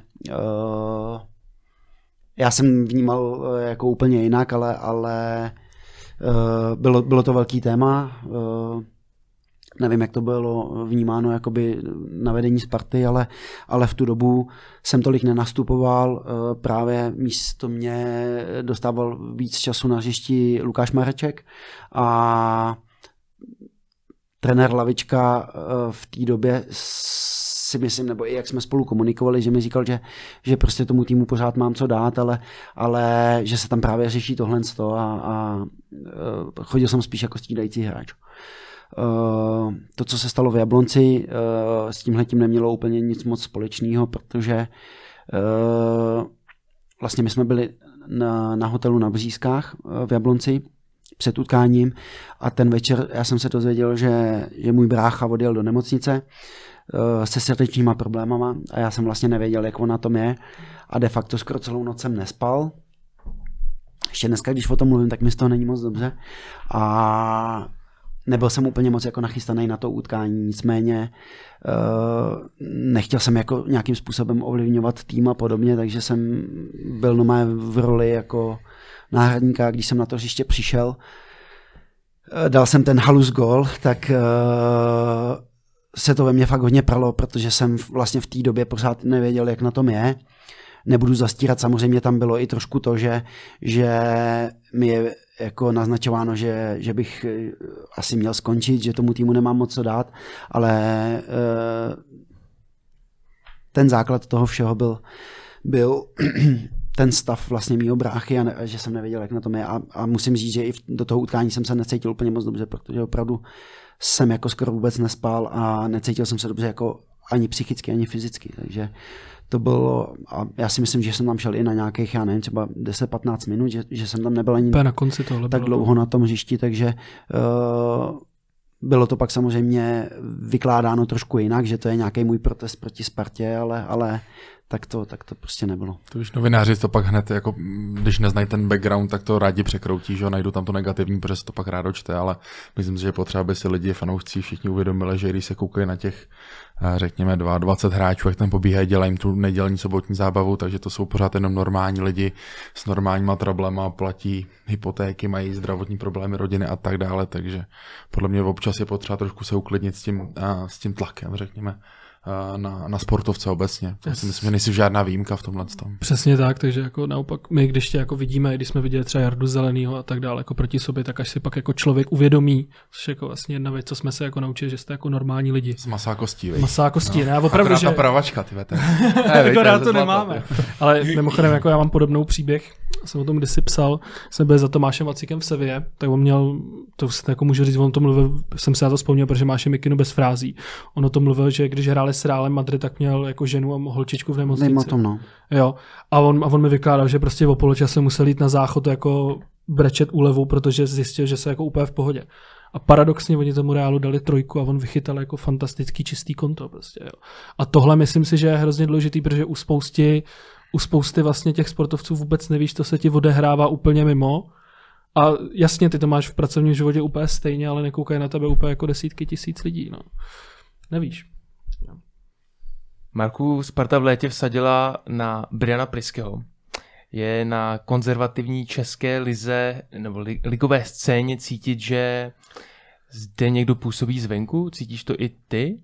já jsem vnímal jako úplně jinak, ale, ale bylo, bylo to velký téma. Nevím, jak to bylo vnímáno jakoby na vedení Sparty, ale, ale v tu dobu jsem tolik nenastupoval. Právě místo mě dostával víc času na hřišti Lukáš Mareček a trenér Lavička v té době si myslím, nebo i jak jsme spolu komunikovali, že mi říkal, že, že prostě tomu týmu pořád mám co dát, ale, ale že se tam právě řeší tohle a, a chodil jsem spíš jako střídající hráč. Uh, to, co se stalo v Jablonci, uh, s tímhletím nemělo úplně nic moc společného, protože uh, vlastně my jsme byli na, na hotelu na Břízkách uh, v Jablonci před utkáním a ten večer já jsem se dozvěděl, že, že můj brácha odjel do nemocnice uh, se srdečníma problémama a já jsem vlastně nevěděl, jak on na tom je a de facto skoro celou noc jsem nespal. Ještě dneska, když o tom mluvím, tak mi z toho není moc dobře a nebyl jsem úplně moc jako nachystaný na to utkání, nicméně uh, nechtěl jsem jako nějakým způsobem ovlivňovat tým a podobně, takže jsem byl nomé v roli jako náhradníka, když jsem na to hřiště přišel. Uh, dal jsem ten halus gól, tak uh, se to ve mně fakt hodně pralo, protože jsem vlastně v té době pořád nevěděl, jak na tom je. Nebudu zastírat, samozřejmě tam bylo i trošku to, že, že mi je jako naznačováno, že, že bych asi měl skončit, že tomu týmu nemám moc co dát, ale ten základ toho všeho byl, byl ten stav vlastně mýho bráchy a ne, že jsem nevěděl, jak na tom je a, a musím říct, že i do toho utkání jsem se necítil úplně moc dobře, protože opravdu jsem jako skoro vůbec nespal a necítil jsem se dobře jako ani psychicky, ani fyzicky, takže to bylo, a já si myslím, že jsem tam šel i na nějakých, já nevím, třeba deset patnáct minut, že, že jsem tam nebyl ani na konci tohle tak dlouho na tom hřišti, takže uh, bylo to pak samozřejmě vykládáno trošku jinak, že to je nějaký můj protest proti Spartě, ale, ale tak, to, tak to prostě nebylo. To už novináři to pak hned, jako, když neznají ten background, tak to rádi překroutí, že najdu tam to negativní, protože se to pak rádo čte, ale myslím si, že potřeba, aby si lidi, fanoušci všichni uvědomili, že když se koukají na těch, řekněme, dvacet dva hráčů, jak tam pobíhají, dělají jim tu nedělní sobotní zábavu, takže to jsou pořád jenom normální lidi s normálníma trablema, platí hypotéky, mají zdravotní problémy, rodiny a tak dále, takže podle mě občas je potřeba trošku se uklidnit s tím, s tím tlakem, řekněme. Na, na sportovce obecně. To si myslím, že nejsi žádná výjimka v tomhle tom. Přesně tak, takže jako naopak my, když tě jako vidíme, když jsme viděli třeba Jardu Zelenýho a tak dále jako proti sobě, tak až si pak jako člověk uvědomí, což je jako vlastně jedna věc, co jsme se jako naučili, že jste jako normální lidi. S masákostí, veď. Masákostí, no. Ne, opravdu, akorát že... ta pravačka, ty vete. Akorát to nemáme. Ale mimochodem, jako já mám podobnou příběh, jsem o tom kdysi psal, jsem byl za Tomášem Vacíkem v Sevě, tak on měl, to se jako můžu říct, on to mluvil, jsem se na to vzpomněl, protože máš mikinu bez frází. On o tom mluvil, že když hráli s Realem Madrid, tak měl jako ženu a holčičku v nemocnici. Nejma tom, no. Jo. A on, a on mi vykládal, že prostě o poločase musel jít na záchod jako brečet úlevu, protože zjistil, že se jako úplně v pohodě. A paradoxně oni tomu Realu dali trojku a on vychytal jako fantastický čistý konto. Prostě, jo. A tohle myslím si, že je hrozně důležitý, protože u spousty, u spousty vlastně těch sportovců vůbec nevíš, to se ti odehrává úplně mimo. A jasně, ty to máš v pracovním životě úplně stejně, ale nekoukají na tebe úplně jako desítky tisíc lidí. No. Nevíš. Marku, Sparta v létě vsadila na Briana Pryského. Je na konzervativní české lize nebo ligové scéně cítit, že zde někdo působí zvenku? Cítíš to i ty?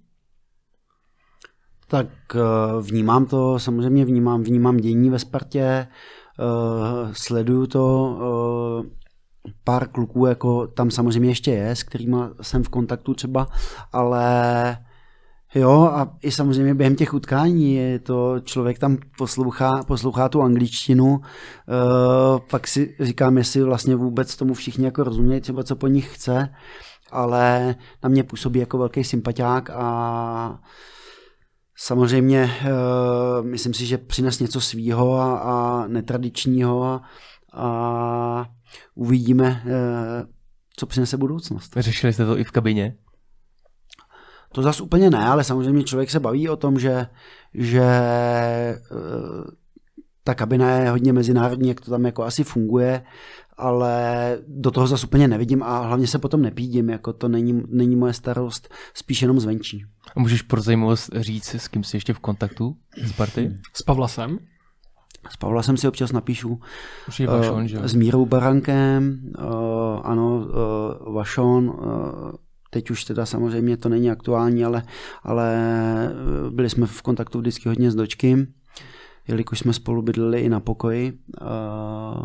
Tak vnímám to, samozřejmě vnímám, vnímám dění ve Spartě, sleduju to, pár kluků jako tam samozřejmě ještě je, s kterými jsem v kontaktu třeba, ale jo, a i samozřejmě během těch utkání je to, člověk tam poslouchá, poslouchá tu angličtinu, uh, pak si říkám, jestli vlastně vůbec tomu všichni jako rozumějí, třeba co po nich chce, ale na mě působí jako velký sympatiák a samozřejmě uh, myslím si, že přines něco svýho a, a netradičního a, a uvidíme, uh, co přinese budoucnost. Řešili jste to i v kabině? To zas úplně ne, ale samozřejmě člověk se baví o tom, že, že uh, ta kabina je hodně mezinárodní, jak to tam jako asi funguje, ale do toho zas úplně nevidím a hlavně se potom nepídím, jako to není, není moje starost, spíš jenom zvenčí. A můžeš pro zajímavost říct, s kým jsi ještě v kontaktu z Sparty? S Pavlasem? S Pavlasem si občas napíšu. Už je Vašon, že? Uh, s Mírou Barankem, uh, ano, uh, Vašon, uh, teď už teda samozřejmě to není aktuální, ale, ale byli jsme v kontaktu vždycky hodně s Dočkym, jelikož jsme spolu bydleli i na pokoji. Uh,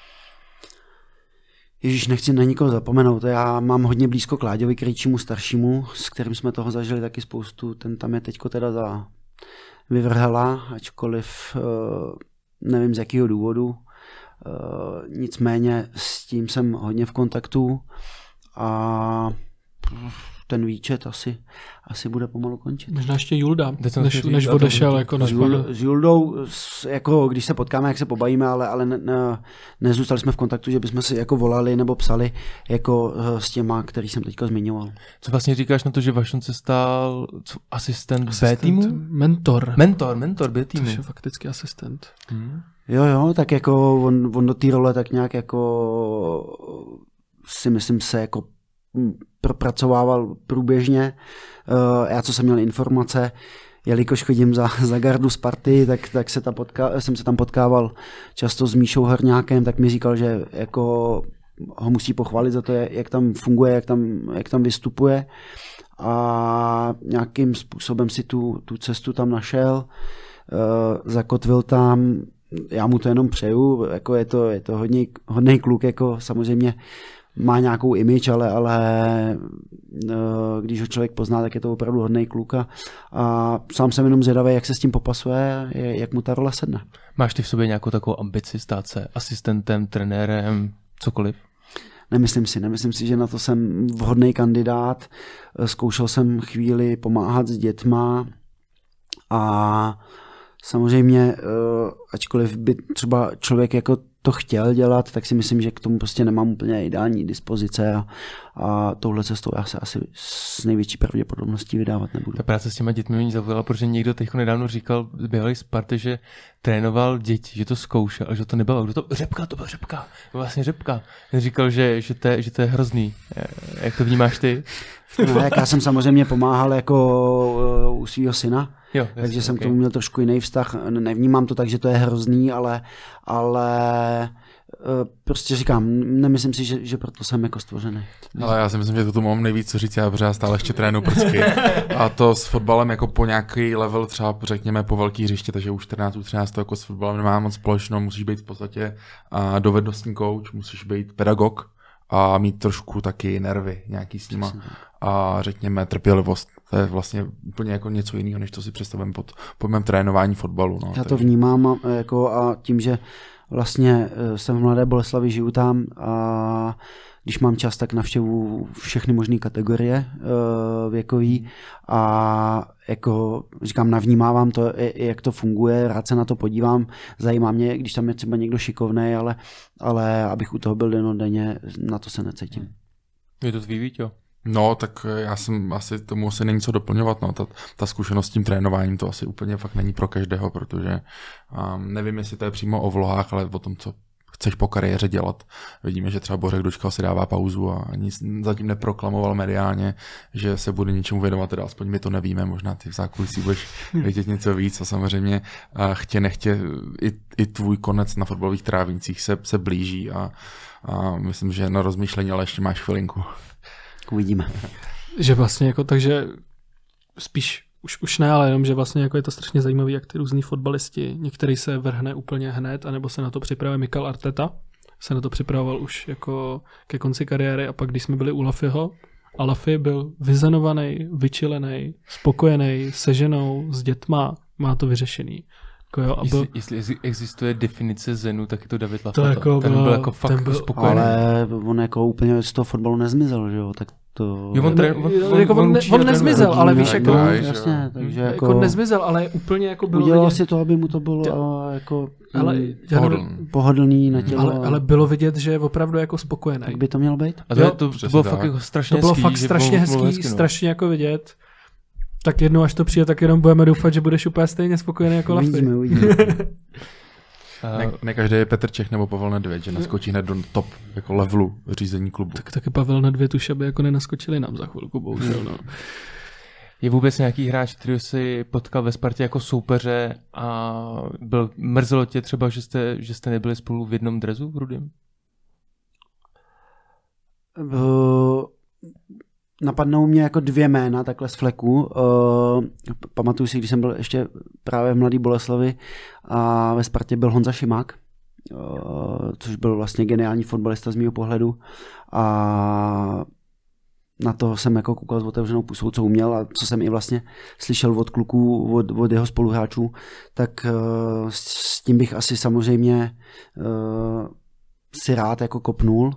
Ježíš, nechci na nikoho zapomenout, já mám hodně blízko k Láďovi Krejčímu staršímu, s kterým jsme toho zažili taky spoustu, ten tam je teďko teda za Vyvrhela, ačkoliv uh, nevím z jakého důvodu, uh, nicméně s tím jsem hodně v kontaktu a ten výčet asi, asi bude pomalu končit. Možná ještě Julda, než, než odešel. Jako s, Jul, s Juldou, s, jako když se potkáme, jak se pobavíme, ale, ale ne, ne, nezůstali jsme v kontaktu, že bychom si jako volali nebo psali jako s těma, který jsem teďka zmiňoval. Co vlastně říkáš na to, že Vašon se stal co, asistent, asistent B týmu? Mentor. Mentor, mentor B týmu. Což je fakticky asistent. Hmm. Jo, jo, tak jako on, on do té role tak nějak jako si myslím se jako propracovával průběžně. Já, co jsem měl informace, jelikož chodím za, za gardu Sparty, tak, tak se tam potká, jsem se tam potkával často s Míšou Horňákem, tak mi říkal, že jako ho musí pochválit za to, jak tam funguje, jak tam, jak tam vystupuje a nějakým způsobem si tu, tu cestu tam našel, zakotvil tam, já mu to jenom přeju, jako je to, je to hodně, hodnej kluk, jako samozřejmě má nějakou image, ale, ale když ho člověk pozná, tak je to opravdu hodnej kluk a, a sám jsem jenom zvědavý, jak se s tím popasuje, jak mu ta rola sedne. Máš ty v sobě nějakou takovou ambici stát se asistentem, trenérem, cokoliv? Nemyslím si, nemyslím si, že na to jsem vhodný kandidát. Zkoušel jsem chvíli pomáhat s dětma, A samozřejmě, ačkoliv by třeba člověk jako to chtěl dělat, tak si myslím, že k tomu prostě nemám úplně ideální dispozice a, a touhle cestou já se asi s největší pravděpodobností vydávat nebudu. Ta práce s těma dětmi mě zaujala, protože někdo teď nedávno říkal, bývalý Sparty, že trénoval děti, že to zkoušel, ale že to nebylo. Kdo to? Řepka, to byl Řepka. Vlastně Řepka. Ten říkal, že, že, to je, že to je hrozný. Jak to vnímáš ty? No, jak já jsem samozřejmě pomáhal jako u svého syna, jo, takže jasný, jsem okay. k tomu měl trošku jiný vztah. Nevnímám to tak, že to je hrozný, ale, ale prostě říkám, nemyslím si, že, že proto jsem jako stvořený. Ale já si myslím, že to tu mám nejvíc co říct, já, protože já stále ještě trénu prcky. A to s fotbalem jako po nějaký level třeba řekněme po velký hřiště, takže už čtrnáct, třináct jako s fotbalem nemá moc společného, musíš být v podstatě a dovednostní coach, musíš být pedagog a mít trošku taky nervy nějaký s nima a řekněme trpělivost. To je vlastně úplně jako něco jiného, než to si představím pod pojmem trénování fotbalu. No, já to takže... vnímám jako a tím, že vlastně jsem v Mladé Boleslavi, žiju tam a když mám čas, tak navštěvuju všechny možné kategorie věkový a jako říkám, navnímávám to, jak to funguje, rád se na to podívám, zajímá mě, když tam je třeba někdo šikovnej, ale, ale abych u toho byl dennodenně, na to se necítím. Je to tvý, Víťo? No, tak já jsem asi tomu asi není co doplňovat, no, ta, ta zkušenost s tím trénováním to asi úplně fakt není pro každého, protože um, nevím, jestli to je přímo o vlohách, ale o tom, co chceš po kariéře dělat. Vidíme, že třeba Bořek Dočkal si dává pauzu a nic zatím neproklamoval mediálně, že se bude něčemu věnovat, teda aspoň my to nevíme, možná ty v zákulisí budeš vědět něco víc a samozřejmě chtě nechtě i, i tvůj konec na fotbalových trávnicích se, se blíží a, a myslím, že na rozmýšlení, ale ještě máš chvilinku. Uvidíme. Že vlastně jako takže spíš Už, už ne, ale jenom, že vlastně jako je to strašně zajímavé, jak ty různý fotbalisti, některý se vrhne úplně hned, anebo se na to připravuje Mikel Arteta, se na to připravoval už jako ke konci kariéry a pak když jsme byli u Lafyho, a Lafy byl vyzenovaný, vyčilený, spokojený, se ženou, s dětma, má to vyřešený. Jako jo, a byl... jestli, jestli existuje definice zenu, tak je to David Lafata. To jako ten byl, byl jako fakt byl, spokojený. Ale on jako úplně z toho fotbalu nezmizel, že jo, tak to... Jo, on, ne, on, on, jako on, ne, on nezmizel, rodina, ale víš, jako... No, jasně, takže jako... jako nezmizel, ale úplně jako bylo... Udělal vidět, si to, aby mu to bylo to, jako... Ale, pohodlný. pohodlný na tělo. Ale, ale bylo vidět, že je opravdu jako spokojený. Tak by to mělo být. A to, jo, to, to bylo fakt jako strašně hezký. To bylo hezký, fakt strašně hezký, hezký no. strašně jako vidět. Tak jednou, až to přijde, tak jenom budeme doufat, že budeš úplně stejně spokojený jako Lafy. Uvidíme, uvidíme. Ne, ne každý je Petr Čech nebo Pavel Nedvěd, že naskočí hned do top jako levelu řízení klubu. Tak taky Pavel Nedvěd už aby jako nenaskočili nám za chvilku, bohužel. No. Je vůbec nějaký hráč, který si potkal ve Spartě jako soupeře a byl, mrzelo tě třeba, že jste, že jste nebyli spolu v jednom drezu v rudém? Uh, napadnou mě jako dvě jména takhle z fleku. Uh, pamatuju si, když jsem byl ještě právě v Mladé Boleslavi a ve Spartě byl Honza Šimák, uh, což byl vlastně geniální fotbalista z mého pohledu a na to jsem jako koukal s otevřenou pusou, co uměl a co jsem i vlastně slyšel od kluků, od, od jeho spoluhráčů, tak uh, s tím bych asi samozřejmě uh, si rád jako kopnul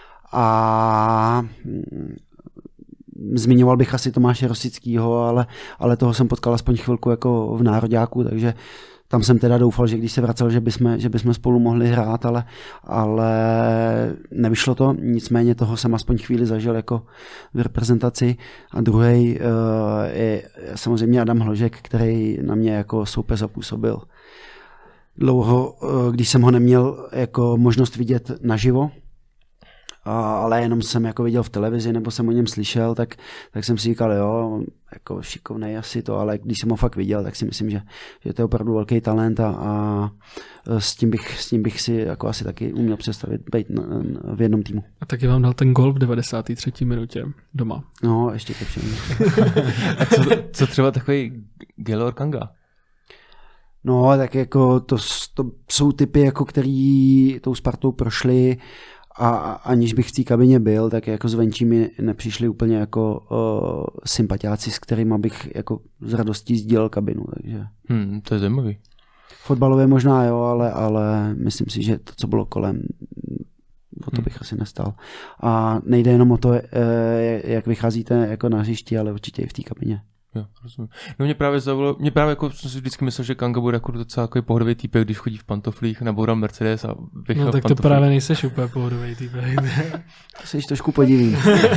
a zmiňoval bych asi Tomáše Rosickýho, ale, ale toho jsem potkal aspoň chvilku jako v nároďáku, takže tam jsem teda doufal, že když se vracel, že bychom, že bychom spolu mohli hrát, ale, ale nevyšlo to, nicméně toho jsem aspoň chvíli zažil jako v reprezentaci a druhý uh, je samozřejmě Adam Hložek, který na mě jako soupeř zapůsobil. Dlouho, uh, když jsem ho neměl jako možnost vidět naživo, ale jenom jsem jako viděl v televizi nebo jsem o něm slyšel, tak, tak jsem si říkal, jo, jako šikovnej asi to, ale když jsem ho fakt viděl, tak si myslím, že, že to je opravdu velký talent a, a s, tím bych, s tím bych si jako asi taky uměl představit být na, na, v jednom týmu. A taky vám dal ten gol v devadesáté třetí minutě doma. No, ještě ke všemu. A co, co třeba takový Gaylor Kanga? No, tak jako to, to jsou typy, jako který tou Spartou prošli a aniž bych v té kabině byl, tak jako zvenčí mi nepřišli úplně jako uh, sympatiáci, s kterými bych jako z radostí sdílel kabinu. Takže. Hmm, to je zajímavý. Fotbalově možná jo, ale, ale myslím si, že to, co bylo kolem, o to bych hmm. asi nestal. A nejde jenom o to, jak vycházíte jako na hřišti, ale určitě i v té kabině. Jo, rozumím. No mě právě zavolalo, mě právě jako jsem si vždycky myslel, že Kanga bude jako docela takový pohodový týpek, když chodí v pantoflích, nebo dal Mercedes a vychal No tak v pantoflích. to právě nejseš úplně pohodový týpek. To se již trošku podivím.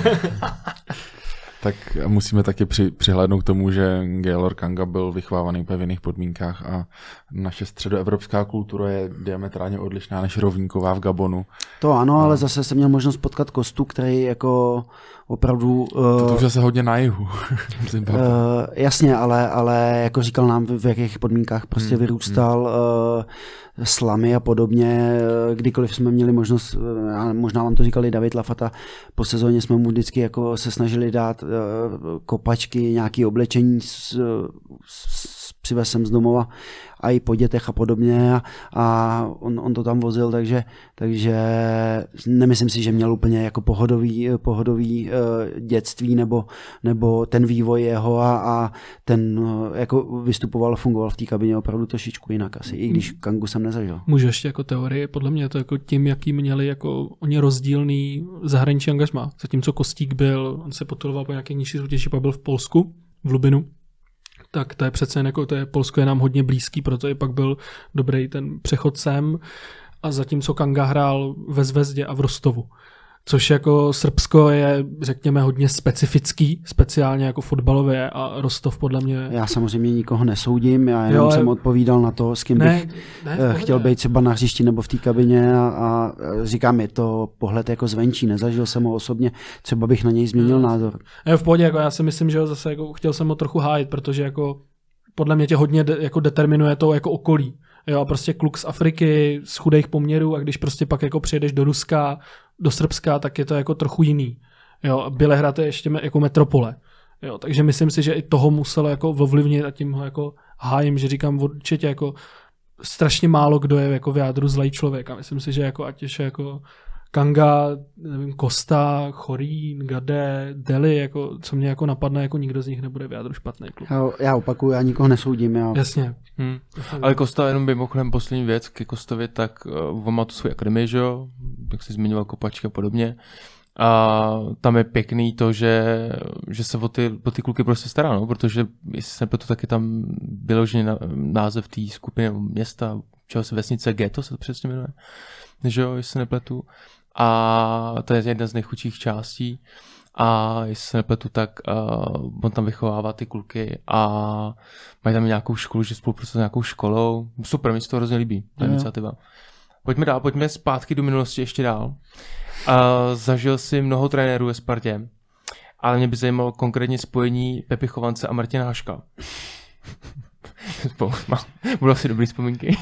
Tak musíme taky při, přihlédnout k tomu, že Gaylor Kanga byl vychovávaný úplně v jiných podmínkách a naše středoevropská kultura je diametrálně odlišná než rovníková v Gabonu. To ano, ale zase jsem měl možnost potkat Kostu, který jako opravdu... To, to uh, už se hodně na jihu. uh, jasně, ale, ale jako říkal nám, v, v jakých podmínkách prostě hmm, vyrůstal, hmm. Uh, slamy a podobně. Kdykoliv jsme měli možnost, možná vám to říkali David Lafata, po sezóně jsme mu vždycky jako se snažili dát uh, kopačky, nějaké oblečení s, s, přivez jsem z domova a i po dětech a podobně a, a on, on to tam vozil, takže, takže nemyslím si, že měl úplně jako pohodový, pohodový uh, dětství nebo, nebo ten vývoj jeho a, a ten uh, jako vystupoval, fungoval v té kabině opravdu trošičku jinak asi, i když Kangu jsem nezažil. Můžu ještě jako teorie, podle mě to jako tím, jaký měli jako oni rozdílný zahraniční angažmá. Zatímco Kostík byl, on se potuloval po nějaké nižší soutěži, pak byl v Polsku, v Lubinu, tak to je přece jako, to je, Polsko je nám hodně blízký, proto i pak byl dobrý ten přechod sem a zatímco Kanga hrál ve Zvezdě a v Rostovu. Což jako Srbsko je, řekněme, hodně specifický, speciálně jako fotbalově a Rostov podle mě... Já samozřejmě nikoho nesoudím, já jenom jo, jsem odpovídal na to, s kým ne, bych ne, chtěl být třeba na hřišti nebo v té kabině a, a říkám, je to pohled jako zvenčí, nezažil jsem ho osobně, třeba bych na něj změnil no. názor. Je v pohodě, jako já si myslím, že ho zase jako chtěl jsem ho trochu hájit, protože jako podle mě tě hodně de, jako determinuje to jako okolí. Jo, a prostě kluk z Afriky, z chudých poměrů a když prostě pak jako přijedeš do Ruska, do Srbska, tak je to jako trochu jiný. Jo, Bělehrad je ještě jako metropole. Jo, takže myslím si, že i toho muselo jako ovlivnit a tím ho jako hájím, že říkám určitě jako strašně málo kdo je jako v jádru zlej člověk a myslím si, že jako ať ještě jako Kanga, nevím, Kosta, Chorín, Gade, Deli, jako, co mě jako napadne, jako nikdo z nich nebude v jádru špatný klub. Já, já opakuju, já nikoho nesoudím. Já... Jasně. Hmm. Ale Kosta, jenom mimochodem poslední věc ke Kostovi, tak uh, on má tu svou akademii, že jo, jak jsi zmiňoval kopačky a podobně. A tam je pěkný to, že, že se o ty, o ty kluky prostě stará, no, protože jestli se nepletu, taky tam vyložený název té skupiny města, čeho se vesnice Ghetto se to přesně jmenuje, že jo, jestli se nepletu. A to je jedna z nejchudších částí a jestli se nepletu, tak uh, on tam vychovává ty kluky a mají tam nějakou školu, že spolupracuje s nějakou školou. Super, mi se to hrozně líbí, ta iniciativa. Pojďme dál, pojďme zpátky do minulosti ještě dál. Uh, zažil si mnoho trenérů ve Spartě, ale mě by zajímalo konkrétně spojení Pepi Chovance a Martina Haška. Budou asi dobrý vzpomínky.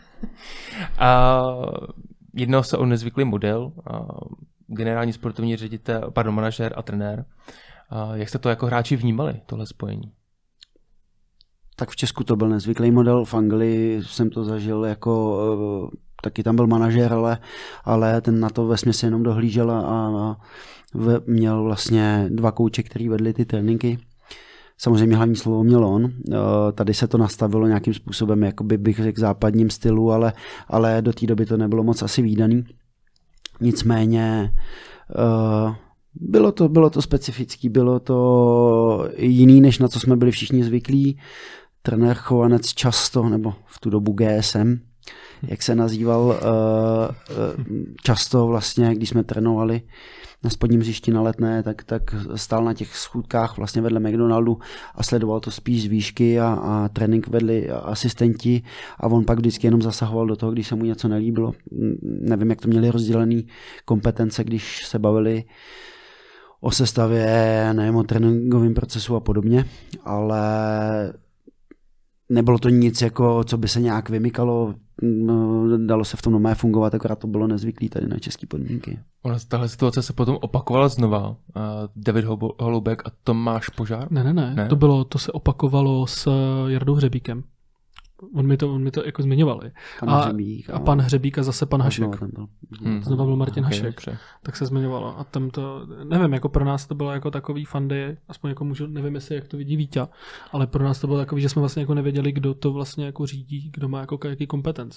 uh, Jednal se o nezvyklý model, uh, generální sportovní ředitel, pardon, manažer a trenér. Uh, jak jste to jako hráči vnímali, tohle spojení? Tak v Česku to byl nezvyklý model, v Anglii jsem to zažil jako, uh, taky tam byl manažer, ale, ale ten na to vesměs jenom dohlížel a, a v, měl vlastně dva kouče, který vedli ty tréninky. Samozřejmě hlavní slovo měl on. Tady se to nastavilo nějakým způsobem, jakoby bych řekl západním stylu, ale, ale do té doby to nebylo moc asi vídaný. Nicméně bylo to, bylo to specifický, bylo to jiný, než na co jsme byli všichni zvyklí. Trenér Chovanec často, nebo v tu dobu G S M, jak se nazýval, často vlastně, když jsme trénovali na spodním hřišti na Letné, tak, tak stál na těch schůdkách vlastně vedle McDonaldu a sledoval to spíš z výšky a, a trénink vedli asistenti a on pak vždycky jenom zasahoval do toho, když se mu něco nelíbilo. Nevím, jak to měli rozdělený kompetence, když se bavili o sestavě, nevím, o tréninkovém procesu a podobně, ale nebylo to nic, jako, co by se nějak vymykalo, dalo se v tom normálně fungovat, akorát to bylo nezvyklý tady na české podmínky. Ona, tahle situace se potom opakovala znova. Uh, David Holoubek a Tomáš Požár? Ne, ne, ne, ne. To, bylo, to se opakovalo s Jardou Hřebíkem. On mi to, on mi to jako zmiňovali. Pan a, Hřebík, a pan Hřebík a zase pan Hašek. Znova, byl. Hmm. znova byl Martin okay, Hašek. Dobře. Tak se zmiňovalo. A tam to, nevím, jako pro nás to bylo jako takový fandy, aspoň jako můžu, nevím, jestli jak to vidí Víťa, ale pro nás to bylo takový, že jsme vlastně jako nevěděli, kdo to vlastně jako řídí, kdo má jako jaký kompetence.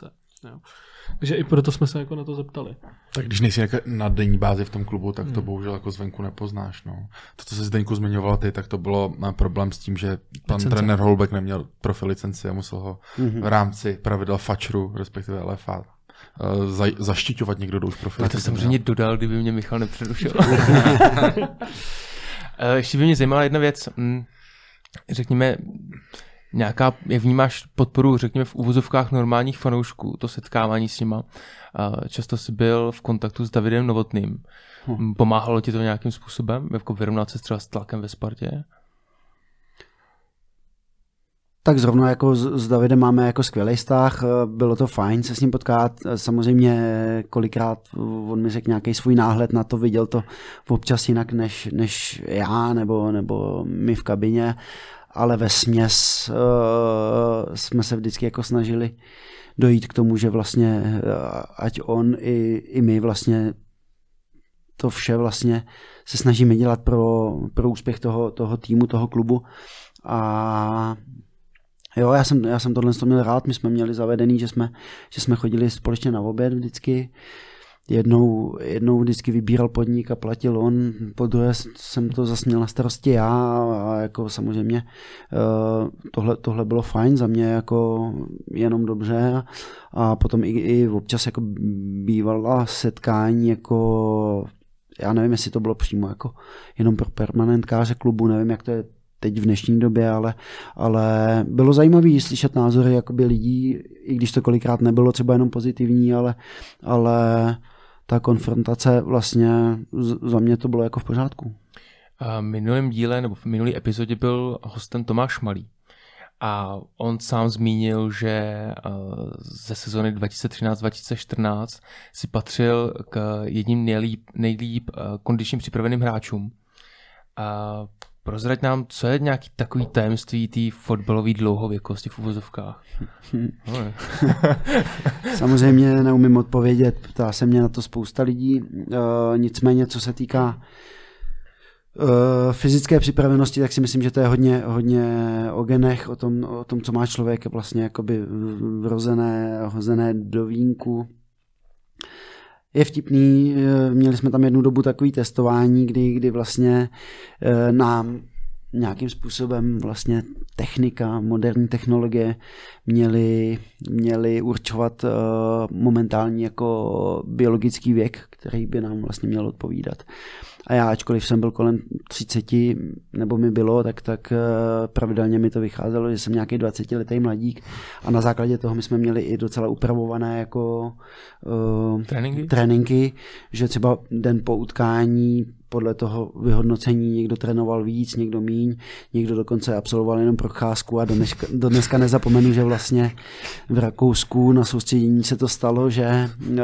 Jo. Takže i proto jsme se jako na to zeptali. Tak když nejsi na denní bázi v tom klubu, tak to hmm. bohužel jako zvenku nepoznáš. No. To, co se Zdeňku zmiňoval ty, tak to bylo problém s tím, že pan licence. Trenér Holubek neměl profil licenci a musel ho hmm. v rámci pravidel fačru, respektive L F A, za, zaštiťovat někdo, kdo už profil. To jsem samozřejmě dodal, kdyby mě Michal nepřerušil. Ještě by mě zajímala jedna věc. Řekněme, nějaká, jak vnímáš podporu, řekněme, v uvozovkách normálních fanoušků, to setkávání s nima. Často jsi byl v kontaktu s Davidem Novotným. Hmm. Pomáhalo ti to nějakým způsobem, jako vyrovnat se třeba s tlakem ve Spartě? Tak zrovna jako s, s Davidem máme jako skvělý vztah, bylo to fajn se s ním potkat, samozřejmě kolikrát on mi řekl nějaký svůj náhled na to, viděl to občas jinak než, než já nebo, nebo my v kabině, ale vesměs uh, jsme se vždycky jako snažili dojít k tomu, že vlastně uh, ať on i, i my vlastně to vše vlastně se snažíme dělat pro, pro úspěch toho, toho týmu, toho klubu. A jo, já jsem, já jsem tohle měl rád, my jsme měli zavedený, že jsme, že jsme chodili společně na oběd vždycky. Jednou, jednou vždycky vybíral podnik a platil on, po druhé jsem to zase měl na starosti já a jako samozřejmě tohle, tohle bylo fajn za mě jako jenom dobře a potom i, i občas jako bývala setkání jako, já nevím, jestli to bylo přímo jako jenom pro permanentkáře klubu, nevím, jak to je teď v dnešní době, ale, ale bylo zajímavé slyšet názory jakoby lidí, i když to kolikrát nebylo třeba jenom pozitivní, ale, ale ta konfrontace vlastně za mě to bylo jako v pořádku. V minulém díle nebo v minulé epizodě byl hostem Tomáš Malý a on sám zmínil, že ze sezony dva tisíce třináct dva tisíce čtrnáct si patřil k jedním nejlíp, nejlíp kondičně připraveným hráčům. A prozrať nám, co je nějaký takový tajemství té fotbalové dlouhověkosti v uvozovkách? No, samozřejmě neumím odpovědět, ptá se mě na to spousta lidí, e, nicméně co se týká e, fyzické připravenosti, tak si myslím, že to je hodně, hodně o genech, o tom, o tom, co má člověk vlastně jakoby vrozené, hozené do vínku. Je vtipný, měli jsme tam jednu dobu takový testování, kdy, kdy vlastně nám nějakým způsobem vlastně technika, moderní technologie měly, měly určovat momentální jako biologický věk, který by nám vlastně měl odpovídat. A já, ačkoliv jsem byl kolem třiceti, nebo mi bylo, tak, tak pravidelně mi to vycházelo, že jsem nějaký dvacetiletý mladík a na základě toho my jsme měli i docela upravované jako uh, tréninky? tréninky, že třeba den po utkání podle toho vyhodnocení někdo trénoval víc, někdo míň, někdo dokonce absolvoval jenom procházku a do dneska, do dneska nezapomenu, že vlastně v Rakousku na soustředění se to stalo, že uh,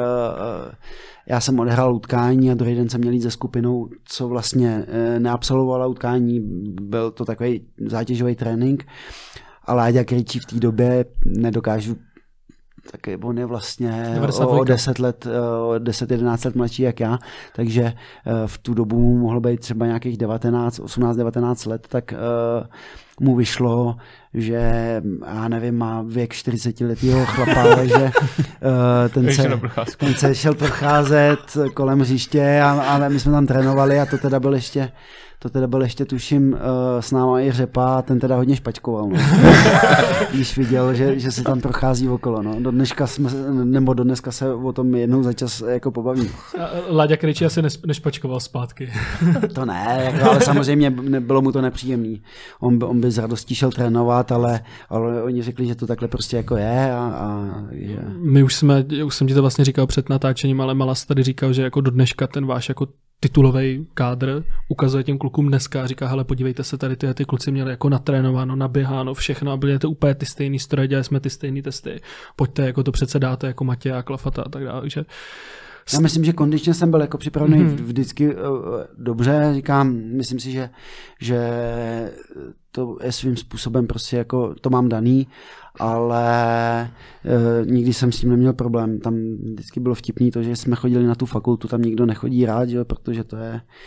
já jsem odehrál utkání a druhý den jsem měl jít se skupinou, co vlastně neabsolvovala utkání, byl to takový zátěžový trénink, ale Láďa Krejčí v té době nedokážu, tak on je vlastně o deset let, o deset jedenáct let mladší jak já, takže v tu dobu mu mohlo být třeba nějakých devatenáct, osmnáct devatenáct let, tak mu vyšlo, že já nevím, má věk čtyřicetiletého chlapa, takže ten se, ten se šel procházet kolem hřiště a, a my jsme tam trénovali a to teda byl ještě To teda byl ještě, tuším, uh, s náma i Řepa, ten teda hodně špačkoval, no. Když viděl, že, že se tam prochází okolo, no. Do dneška jsme, nebo do dneska se o tom jednou za čas jako pobavíme. Láďa Krejčí asi nešpačkoval zpátky. To ne, jako, ale samozřejmě bylo mu to nepříjemný. On by, on by s radostí šel trénovat, ale, ale oni řekli, že to takhle prostě jako je. A, a, že... My už jsme, už jsem ti to vlastně říkal před natáčením, ale Malas tady říkal, že jako do dneška ten váš jako titulový kádr ukazuje těm klukům dneska a říká, hele, podívejte se, tady ty, ty kluci měli jako natrénováno, naběháno, všechno a byly to úplně ty stejný stroje, dělali jsme ty stejný testy. Pojďte, jako to přece dáte, jako Matěj a Klafata a tak dále. Takže... Já myslím, že kondičně jsem byl jako připravený mm-hmm. vždycky uh, dobře, říkám, myslím si, že, že to je svým způsobem prostě jako, to mám daný, ale uh, nikdy jsem s tím neměl problém. Tam vždycky bylo vtipný to, že jsme chodili na tu fakultu, tam nikdo nechodí rád, že? Protože to je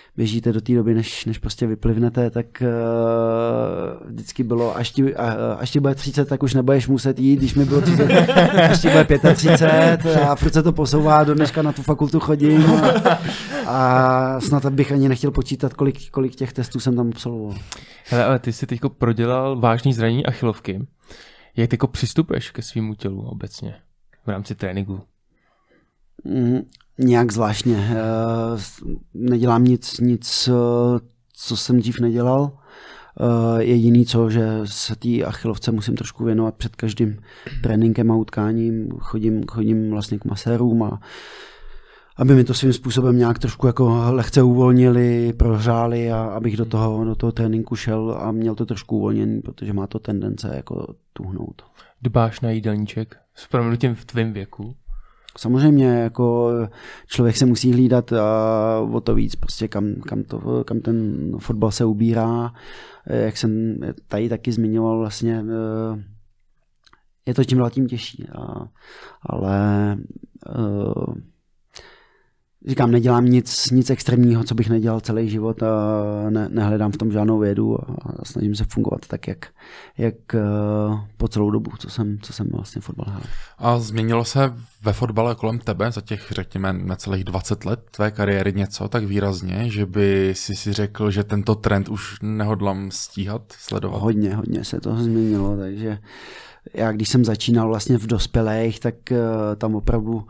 běžíte do té doby, než, než prostě vyplivnete, tak uh, vždycky bylo, až ti, uh, až ti bude třicet, tak už nebudeš muset jít, když mi bylo třicet, až ti bude třicet pět a furt se to posouvá, do dneška na tu fakultu chodím a, a snad bych ani nechtěl počítat, kolik, kolik těch testů jsem tam absolvoval. Hele, ale ty jsi teďko prodělal vážný zranění achilovky. Jak teďko přistupuješ ke svýmu tělu obecně v rámci tréninku? Mm, nějak zvláštně. Nedělám nic, nic, co jsem dřív nedělal. Jediný co, že se té achilovce musím trošku věnovat před každým tréninkem a utkáním. Chodím, chodím vlastně k masérům a aby mi to svým způsobem nějak trošku jako lehce uvolnili, prohřáli a abych do toho, do toho tréninku šel a měl to trošku uvolněný, protože má to tendence jako tuhnout. Dbáš na jídelníček s proměnutím v tvém věku? Samozřejmě jako člověk se musí hlídat a o to víc, prostě kam, kam, to, kam ten fotbal se ubírá. Jak jsem tady taky zmiňoval, vlastně je to čím dál tím těžší. A, ale říkám, nedělám nic, nic extrémního, co bych nedělal celý život a ne, nehledám v tom žádnou vědu a snažím se fungovat tak, jak, jak po celou dobu, co jsem, co jsem vlastně fotbal hrál. A změnilo se ve fotbale kolem tebe za těch, řekněme, necelých dvacet let tvé kariéry něco tak výrazně, že by si si řekl, že tento trend už nehodlám stíhat, sledovat? Hodně, hodně se to změnilo, takže já když jsem začínal vlastně v dospělých, tak tam opravdu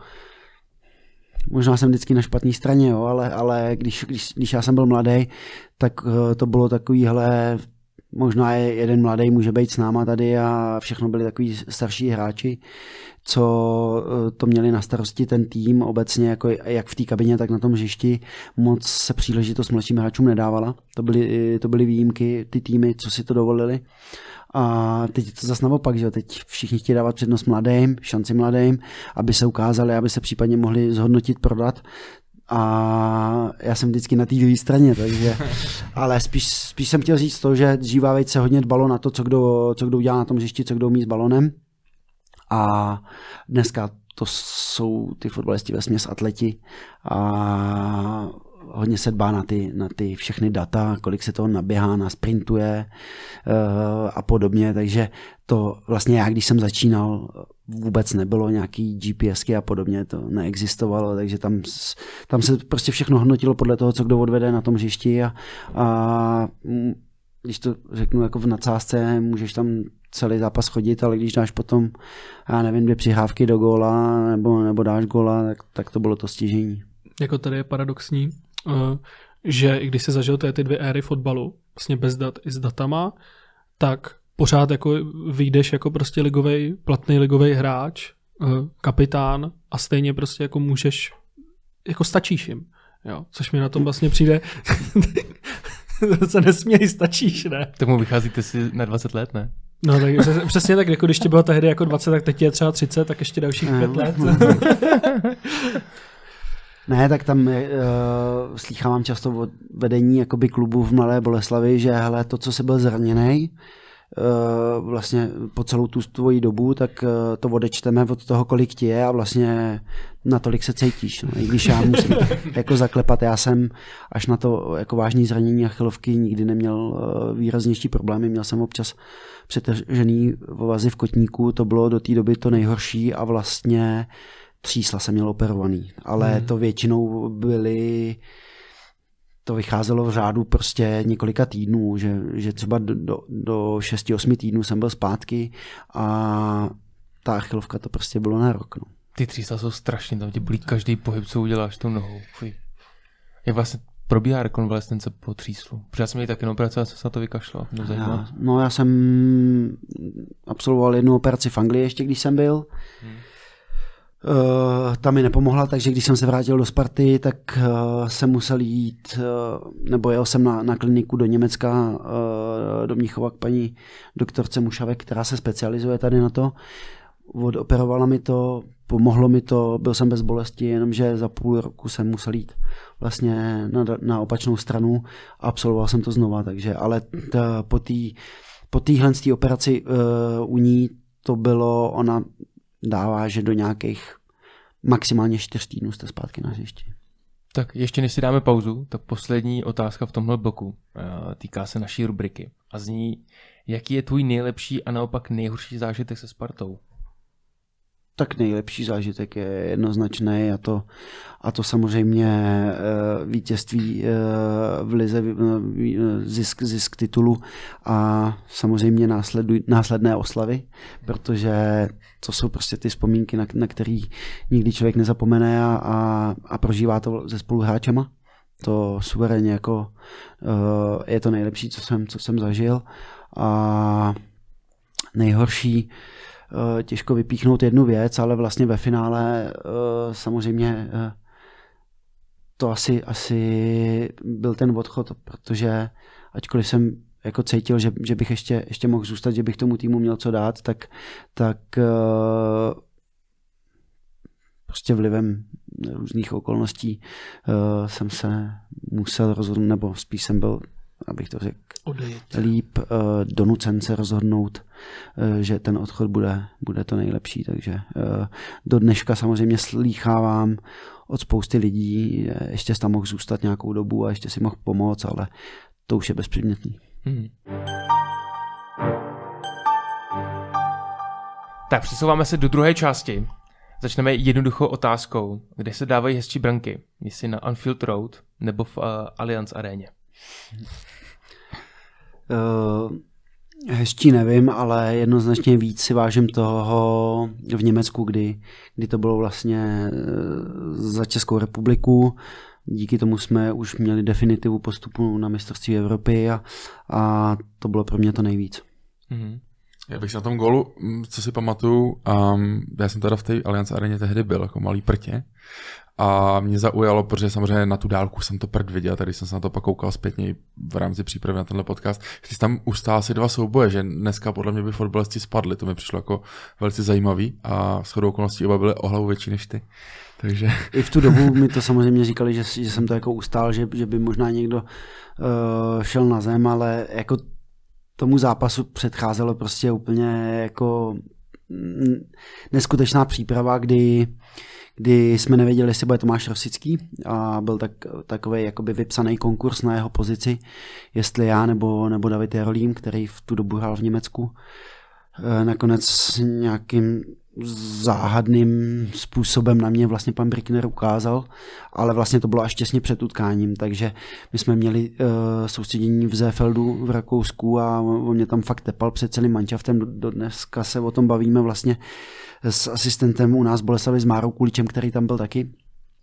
možná jsem vždycky na špatné straně, jo, ale, ale když, když, když já jsem byl mladý, tak to bylo takovýhle, možná jeden mladý může být s náma tady a všechno byli takový starší hráči, co to měli na starosti ten tým obecně, jako jak v té kabině, tak na tom hřišti. Moc se příležitost mladším hráčům nedávala. To byly, to byly výjimky, ty týmy, co si to dovolili. A teď je to zase naopak, že teď všichni chtějí dávat přednost mladým, šanci mladým, aby se ukázali, aby se případně mohli zhodnotit, prodat. A já jsem vždycky na té druhé straně, takže, ale spíš, spíš jsem chtěl říct to, že dříva se hodně dbalo na to, co kdo, co kdo udělá na tom hřišti, co kdo umí s balonem. A dneska to jsou ty fotbalisti vesměs atleti a hodně se dbá na ty, na ty všechny data, kolik se toho naběhá, nasprintuje uh, a podobně, takže to vlastně já, když jsem začínal, vůbec nebylo nějaký GPSky a podobně, to neexistovalo, takže tam, tam se prostě všechno hodnotilo podle toho, co kdo odvede na tom hřišti a, a když to řeknu jako v nadsázce, můžeš tam celý zápas chodit, ale když dáš potom, já nevím, dvě přihrávky do góla nebo, nebo dáš góla, tak, tak to bylo to stěžení. Jako tady je paradoxní, že i když se zažil ty dvě éry fotbalu, vlastně bez dat i s datama, tak pořád jako vyjdeš jako prostě ligovej, platný ligovej hráč, kapitán a stejně prostě jako můžeš, jako stačíš jim. Jo, což mi na tom vlastně přijde, to se nesměj, stačíš, ne? Tak mu vycházíte si na dvacet let, ne? No tak přesně tak, jako když ti bylo tehdy jako dvacet, tak teď je třeba třicet, tak ještě dalších pět let. Ne, tak tam uh, slýchávám často od vedení jakoby klubu v Mladé Boleslavi, že hele, to, co jsi byl zraněnej, uh, vlastně po celou tu tvoji dobu, tak uh, to odečteme od toho, kolik ti je a vlastně natolik se cítíš. No. I když já musím jako zaklepat, já jsem až na to jako vážný zranění achilovky nikdy neměl uh, výraznější problémy, měl jsem občas přetažený vazy v kotníku, to bylo do té doby to nejhorší a vlastně třísla jsem měl operovaný, ale hmm. to většinou byly, to vycházelo v řádu prostě několika týdnů, že, že třeba do, do, do šesti osmi týdnů jsem byl zpátky a ta achilovka to prostě bylo na rok. No. Ty třísla jsou strašně, tam tě bolí každý pohyb, co uděláš tou nohou. Fuj. Jak vlastně probíhá rekonvalescence po tříslu? Protože já jsem měl taky operaci a jsem se na to vykašlal. Já, no já jsem absolvoval jednu operaci v Anglii ještě, když jsem byl. Hmm. Uh, ta mi nepomohla, takže když jsem se vrátil do Sparty, tak uh, jsem musel jít, uh, nebo jel jsem na, na kliniku do Německa, uh, do Mnichova k paní doktorce Mušavek, která se specializuje tady na to. Odoperovala mi to, pomohlo mi to, byl jsem bez bolesti, jenomže za půl roku jsem musel jít vlastně na, na opačnou stranu a absolvoval jsem to znova, takže, ale t, po té po téhle operaci uh, u ní to bylo, ona dává, že do nějakých maximálně čtyř týdnů jste zpátky na hřišti. Tak ještě než si dáme pauzu, tak poslední otázka v tomhle bloku týká se naší rubriky a zní, jaký je tvůj nejlepší a naopak nejhorší zážitek se Spartou? Tak nejlepší zážitek je jednoznačný a to, a to samozřejmě vítězství v lize, zisk, zisk titulu a samozřejmě následuj, následné oslavy, protože to jsou prostě ty vzpomínky, na, na který nikdy člověk nezapomene a, a, a prožívá to se spoluhráčema. To suverénně jako je to nejlepší, co jsem, co jsem zažil a nejhorší těžko vypíchnout jednu věc, ale vlastně ve finále samozřejmě to asi, asi byl ten odchod, protože ačkoliv jsem jako cítil, že, že bych ještě, ještě mohl zůstat, že bych tomu týmu měl co dát, tak, tak prostě vlivem různých okolností jsem se musel rozhodnout, nebo spíš jsem byl, abych to řekl Odejít. líp, donucen se rozhodnout, že ten odchod bude, bude to nejlepší. Takže do dneška samozřejmě slýchávám od spousty lidí, ještě tam mohl zůstat nějakou dobu a ještě si mohl pomoct, ale to už je bezpředmětný. Hmm. Tak přesouváme se do druhé části. Začneme jednoduchou otázkou, kde se dávají hezčí branky, jestli na Anfield Road nebo v uh, Allianz aréně. Uh, hezčí nevím, ale jednoznačně víc si vážím toho v Německu, kdy, kdy to bylo vlastně za Českou republiku. Díky tomu jsme už měli definitivu postupu na mistrovství Evropy a, a to bylo pro mě to nejvíc. Mm-hmm. Já bych se na tom gólu, co si pamatuju, um, já jsem teda v té Allianz aréně tehdy byl jako malý prtě a mě zaujalo, protože samozřejmě na tu dálku jsem to prd viděl, tady jsem se na to pak koukal zpětně v rámci přípravy na tenhle podcast, že tam ustál asi dva souboje, že dneska podle mě by fotbalisti spadli, to mi přišlo jako velice zajímavý a shodou okolností oba byly o hlavu větší než ty. Takže... I v tu dobu mi to samozřejmě říkali, že, že jsem to jako ustál, že, že by možná někdo uh, šel na zem, ale jako tomu zápasu předcházelo prostě úplně jako neskutečná příprava, kdy, kdy jsme nevěděli, jestli bude Tomáš Rosický a byl tak, takový jakoby vypsaný konkurs na jeho pozici, jestli já nebo, nebo David Jarolím, který v tu dobu hrál v Německu. Nakonec nějakým záhadným způsobem na mě vlastně pan Brickner ukázal, ale vlastně to bylo až těsně před utkáním, takže my jsme měli uh, soustředění v Seefeldu v Rakousku a on mě tam fakt tepal před celým manšaftem. Do, do dneska se o tom bavíme vlastně s asistentem u nás Boleslavy s Márou Kuličem, který tam byl taky.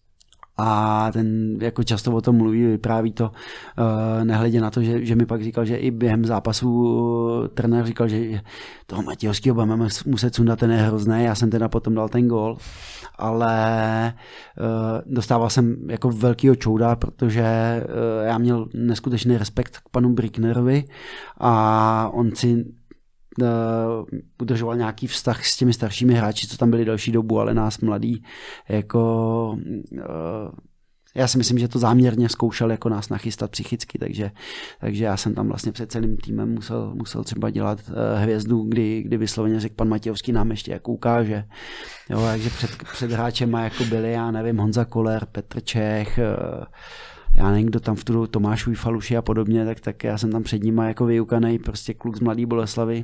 A ten jako často o tom mluví, vypráví to, uh, nehledě na to, že, že mi pak říkal, že i během zápasu uh, trenér říkal, že, že toho Matějovského budeme muset sundat, ten je hrozný, já jsem teda potom dal ten gól, ale uh, dostával jsem jako velkýho čouda, protože uh, já měl neskutečný respekt k panu Bricknerovi a on si Uh, udržoval nějaký vztah s těmi staršími hráči, co tam byli další dobu, ale nás mladí jako uh, já si myslím, že to záměrně zkoušel jako nás nachystat psychicky, takže, takže já jsem tam vlastně před celým týmem musel, musel třeba dělat uh, hvězdu, kdy, kdy vysloveně řekl pan Matějovský nám ještě jako ukáže. Jo, takže před, před hráčema jako byli, já nevím, Honza Koller, Petr Čech, uh, já nevím, kdo tam v tu Tomáš Ujfaluši a podobně, tak, tak já jsem tam před nima jako vyukanej prostě kluk z Mladý Boleslavy.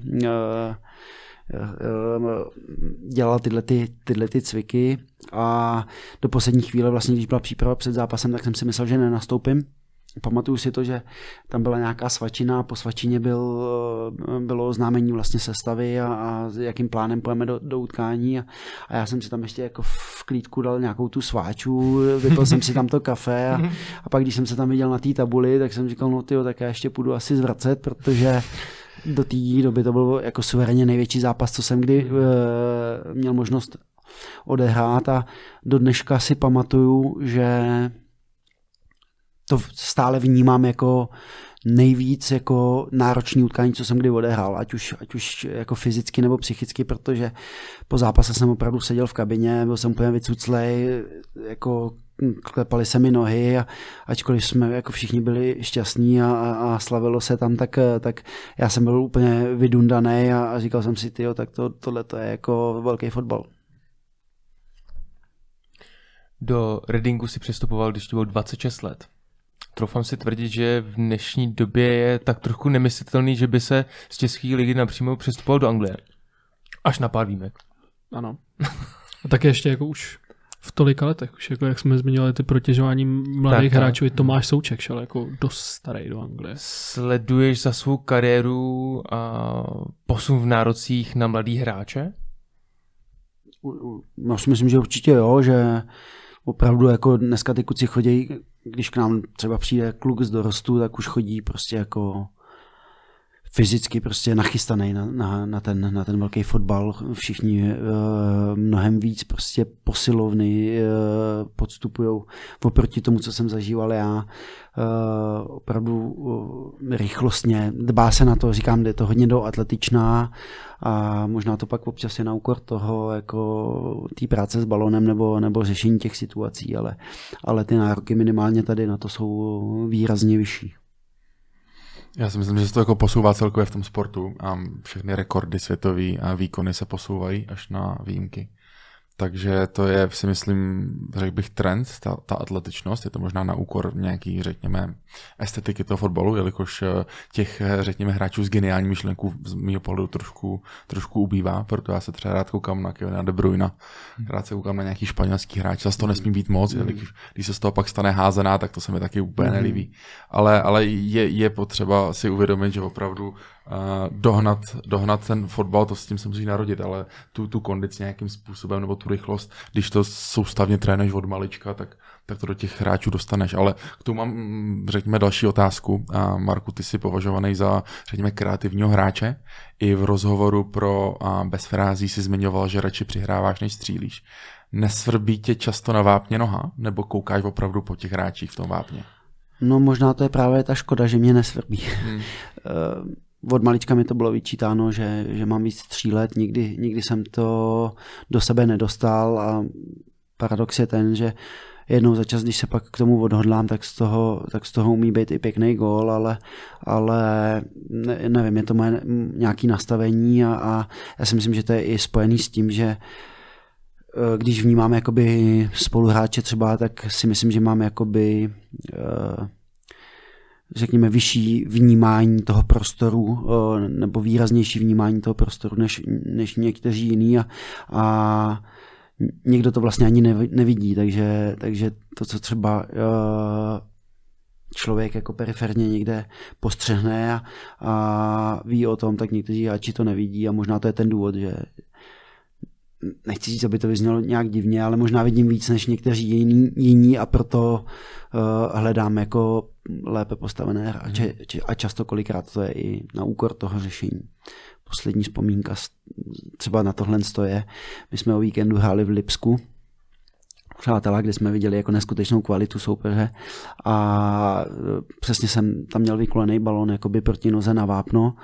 Dělal tyhle, ty, tyhle ty cviky a do poslední chvíle vlastně, když byla příprava před zápasem, tak jsem si myslel, že nenastoupím. Pamatuju si to, že tam byla nějaká svačina, po svačině byl, bylo oznámení vlastně sestavy a, a jakým plánem pojeme do, do utkání a, a já jsem si tam ještě jako v klídku dal nějakou tu sváču, vypil jsem si tam to kafe a, a pak když jsem se tam viděl na té tabuli, tak jsem říkal, no tyjo, tak já ještě půjdu asi zvracet, protože do té doby to byl jako suverénně největší zápas, co jsem kdy e, měl možnost odehrát a do dneška si pamatuju, že to stále vnímám jako nejvíc jako náročný utkání, co jsem kdy odehrál, ať už, ať už jako fyzicky nebo psychicky, protože po zápase jsem opravdu seděl v kabině, byl jsem úplně vycuclej, jako klepali se mi nohy a ačkoliv jsme jako všichni byli šťastní a, a slavilo se tam, tak, tak já jsem byl úplně vydundaný a, a říkal jsem si, tyjo, tak to, tohle to je jako velký fotbal. Do Readingu si přestupoval, když to bylo dvacet šest let. Troufám si tvrdit, že v dnešní době je tak trochu nemyslitelný, že by se z české ligy napřímo přestupoval do Anglie. Až na pár výjimek. Ano. A tak ještě jako už v tolika letech, už jako jak jsme zmiňovali ty protěžování mladých tak, hráčů, i Tomáš Souček šel jako dost starý do Anglie. Sleduješ za svou kariéru a posun v nárocích na mladý hráče? Já si myslím, že určitě jo, že opravdu jako dneska ty kluci chodí, když k nám třeba přijde kluk z dorostu, tak už chodí prostě jako fyzicky prostě nachystaný na, na, na, ten, na ten velký fotbal. Všichni uh, mnohem víc prostě posilovny uh, podstupujou oproti tomu, co jsem zažíval já. Uh, opravdu uh, rychlostně. Dbá se na to, říkám, jde to hodně do atletičná a možná to pak občas je na úkor toho, jako té práce s balonem nebo, nebo řešení těch situací, ale, ale ty nároky minimálně tady na to jsou výrazně vyšší. Já si myslím, že se to jako posouvá celkově v tom sportu a všechny rekordy světové a výkony se posouvají až na výjimky. Takže to je, si myslím, řekl bych, trend, ta, ta atletičnost, je to možná na úkor nějaký, řekněme, estetiky toho fotbalu, jelikož těch, řekněme, hráčů s geniální myšlenkou z mého pohledu trošku, trošku ubývá, proto já se třeba rád koukám na Kevina De Bruyna, rád se koukám na nějaký španělský hráč, zase to nesmí být moc, jelikož když se z toho pak stane házená, tak to se mi taky úplně nelíbí. Ale, ale je, je potřeba si uvědomit, že opravdu Uh, dohnat, dohnat ten fotbal, to s tím se musí narodit, ale tu, tu kondici nějakým způsobem nebo tu rychlost, když to soustavně trénuješ od malička, tak, tak to do těch hráčů dostaneš. Ale k tomu mám, řekněme, další otázku. Uh, Marku, ty jsi považovaný za, řekněme, kreativního hráče. I v rozhovoru pro uh, Bez frází si zmiňoval, že radši přihráváš, než střílíš. Nesvrbí tě často na vápně noha? Nebo koukáš opravdu po těch hráčích v tom vápně? No možná to je právě ta škoda, že mě nesvrbí. Hmm. uh, Od malička mi to bylo vyčítáno, že, že mám víc střílet, nikdy, nikdy jsem to do sebe nedostal a paradox je ten, že jednou za čas, když se pak k tomu odhodlám, tak z toho, tak z toho umí být i pěkný gól, ale, ale ne, nevím, je to moje nějaké nastavení a, a já si myslím, že to je i spojený s tím, že když vnímáme jakoby spoluhráče třeba, tak si myslím, že máme jakoby uh, řekněme, vyšší vnímání toho prostoru nebo výraznější vnímání toho prostoru než, než někteří jiní a, a někdo to vlastně ani nevidí, takže, takže to, co třeba člověk jako periferně někde postřehne a, a ví o tom, tak někteří hráči to nevidí a možná to je ten důvod, že nechci říct, aby to vyznělo nějak divně, ale možná vidím víc než někteří jiní, jiní a proto uh, hledám jako lépe postavené hráče a často kolikrát to je i na úkor toho řešení. Poslední vzpomínka třeba na tohle je, my jsme o víkendu hráli v Lipsku, přátelé, kde jsme viděli jako neskutečnou kvalitu soupeře a přesně jsem tam měl vykulený balón jakoby proti noze na vápno.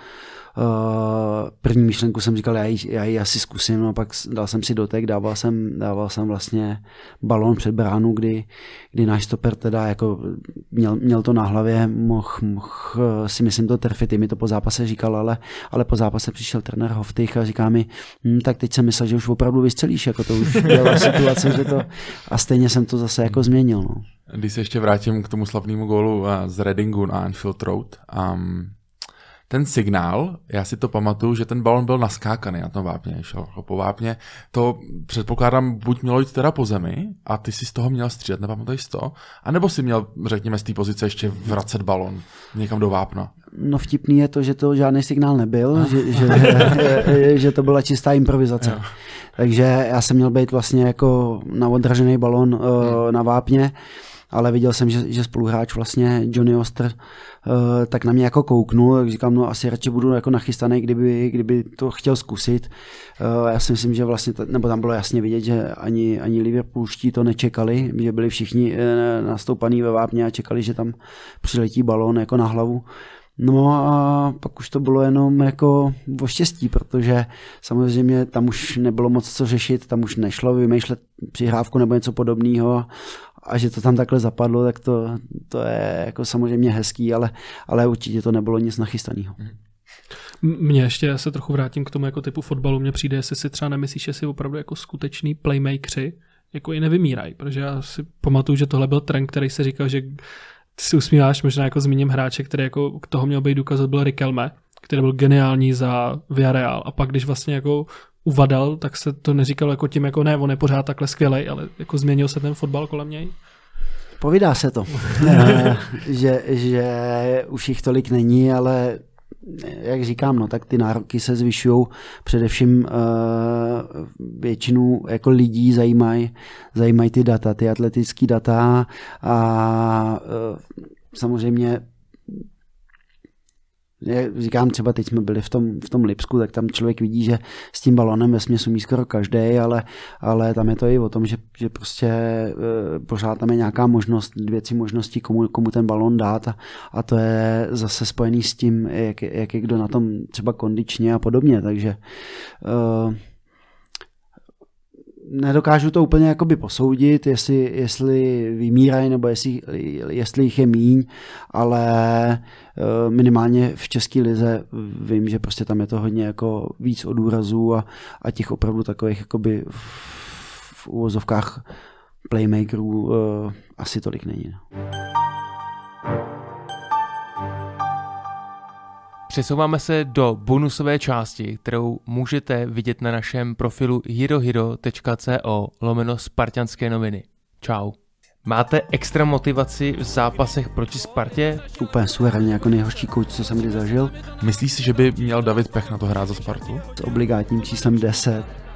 První myšlenku jsem říkal, já ji, já ji asi zkusím, no pak dal jsem si dotek, dával jsem, dával jsem vlastně balón před bránu, kdy, kdy náš stoper teda jako měl, měl to na hlavě, mohl moh, si myslím to trefit, i mi to po zápase říkal, ale, ale po zápase přišel trenér Hoftych a říká mi, hm, tak teď jsem myslel, že už opravdu vystřelíš, jako to už byla situace, že to a stejně jsem to zase jako změnil. No. Když se ještě vrátím k tomu slavnému gólu z Readingu na Anfield Road, um, ten signál, já si to pamatuju, že ten balon byl naskákaný na tom vápně, šel po vápně, to předpokládám buď mělo jít teda po zemi a ty si z toho měl střílet, nepamatuješ to, anebo si měl, řekněme, z té pozice ještě vracet balon někam do vápna. No vtipný je to, že to žádný signál nebyl, že, že, že, že to byla čistá improvizace. Jo. Takže já jsem měl být vlastně jako na odražený balon uh, hmm. na vápně, ale viděl jsem, že, že spoluhráč vlastně Johnny Oster uh, tak na mě jako kouknul, tak říkám, no asi radši budu jako nachystaný, kdyby, kdyby to chtěl zkusit. Uh, já si myslím, že vlastně, t- nebo tam bylo jasně vidět, že ani, ani Liverpoolští to nečekali, že byli všichni uh, nastoupaný ve vápně a čekali, že tam přiletí balón jako na hlavu. No a pak už to bylo jenom jako o štěstí, protože samozřejmě tam už nebylo moc co řešit, tam už nešlo vymýšlet přihrávku nebo něco podobného a že to tam takhle zapadlo, tak to, to je jako samozřejmě hezký, ale, ale určitě to nebylo nic nachystaného. Mně ještě, já se trochu vrátím k tomu jako typu fotbalu, mně přijde, jestli si třeba nemyslíš, že jsi opravdu jako skutečný playmakeri, jako i nevymírají, protože já si pamatuju, že tohle byl trend, který se říkal, že ty si usmíváš, možná jako zmíním hráče, který jako k toho měl být důkaz, byl Riquelme, který byl geniální za Villarreal a pak když vlastně jako uvadal, tak se to neříkalo jako tím, jako ne, on je pořád takhle skvělej, ale jako změnil se ten fotbal kolem něj. Povídá se to, že, že už jich tolik není, ale jak říkám, no, tak ty nároky se zvyšují, především uh, většinu jako lidí zajímají zajímaj ty data, ty atletické data a uh, samozřejmě říkám, třeba teď jsme byli v tom, v tom Lipsku, tak tam člověk vidí, že s tím balonem vesměs umí skoro každý, ale, ale tam je to i o tom, že, že prostě e, pořád tam je nějaká možnost, dvě tři možnosti, komu, komu ten balon dát a, a to je zase spojený s tím, jak, jak je kdo na tom třeba kondičně a podobně, takže e, nedokážu to úplně jakoby posoudit, jestli, jestli vymírají nebo jestli, jestli jich je míň, ale minimálně v české lize vím, že prostě tam je to hodně jako víc od úrazů a, a těch opravdu takových jakoby v, v uvozovkách playmakerů uh, asi tolik není. Přesouváme se do bonusové části, kterou můžete vidět na našem profilu herohero.co lomeno Spartanské noviny. Čau. Máte extra motivaci v zápasech proti Spartě? Úplně suverénně, jako nejhorší kouč, co jsem kdy zažil. Myslíš si, že by měl David Pech na to hrát za Spartu? S obligátním číslem deset.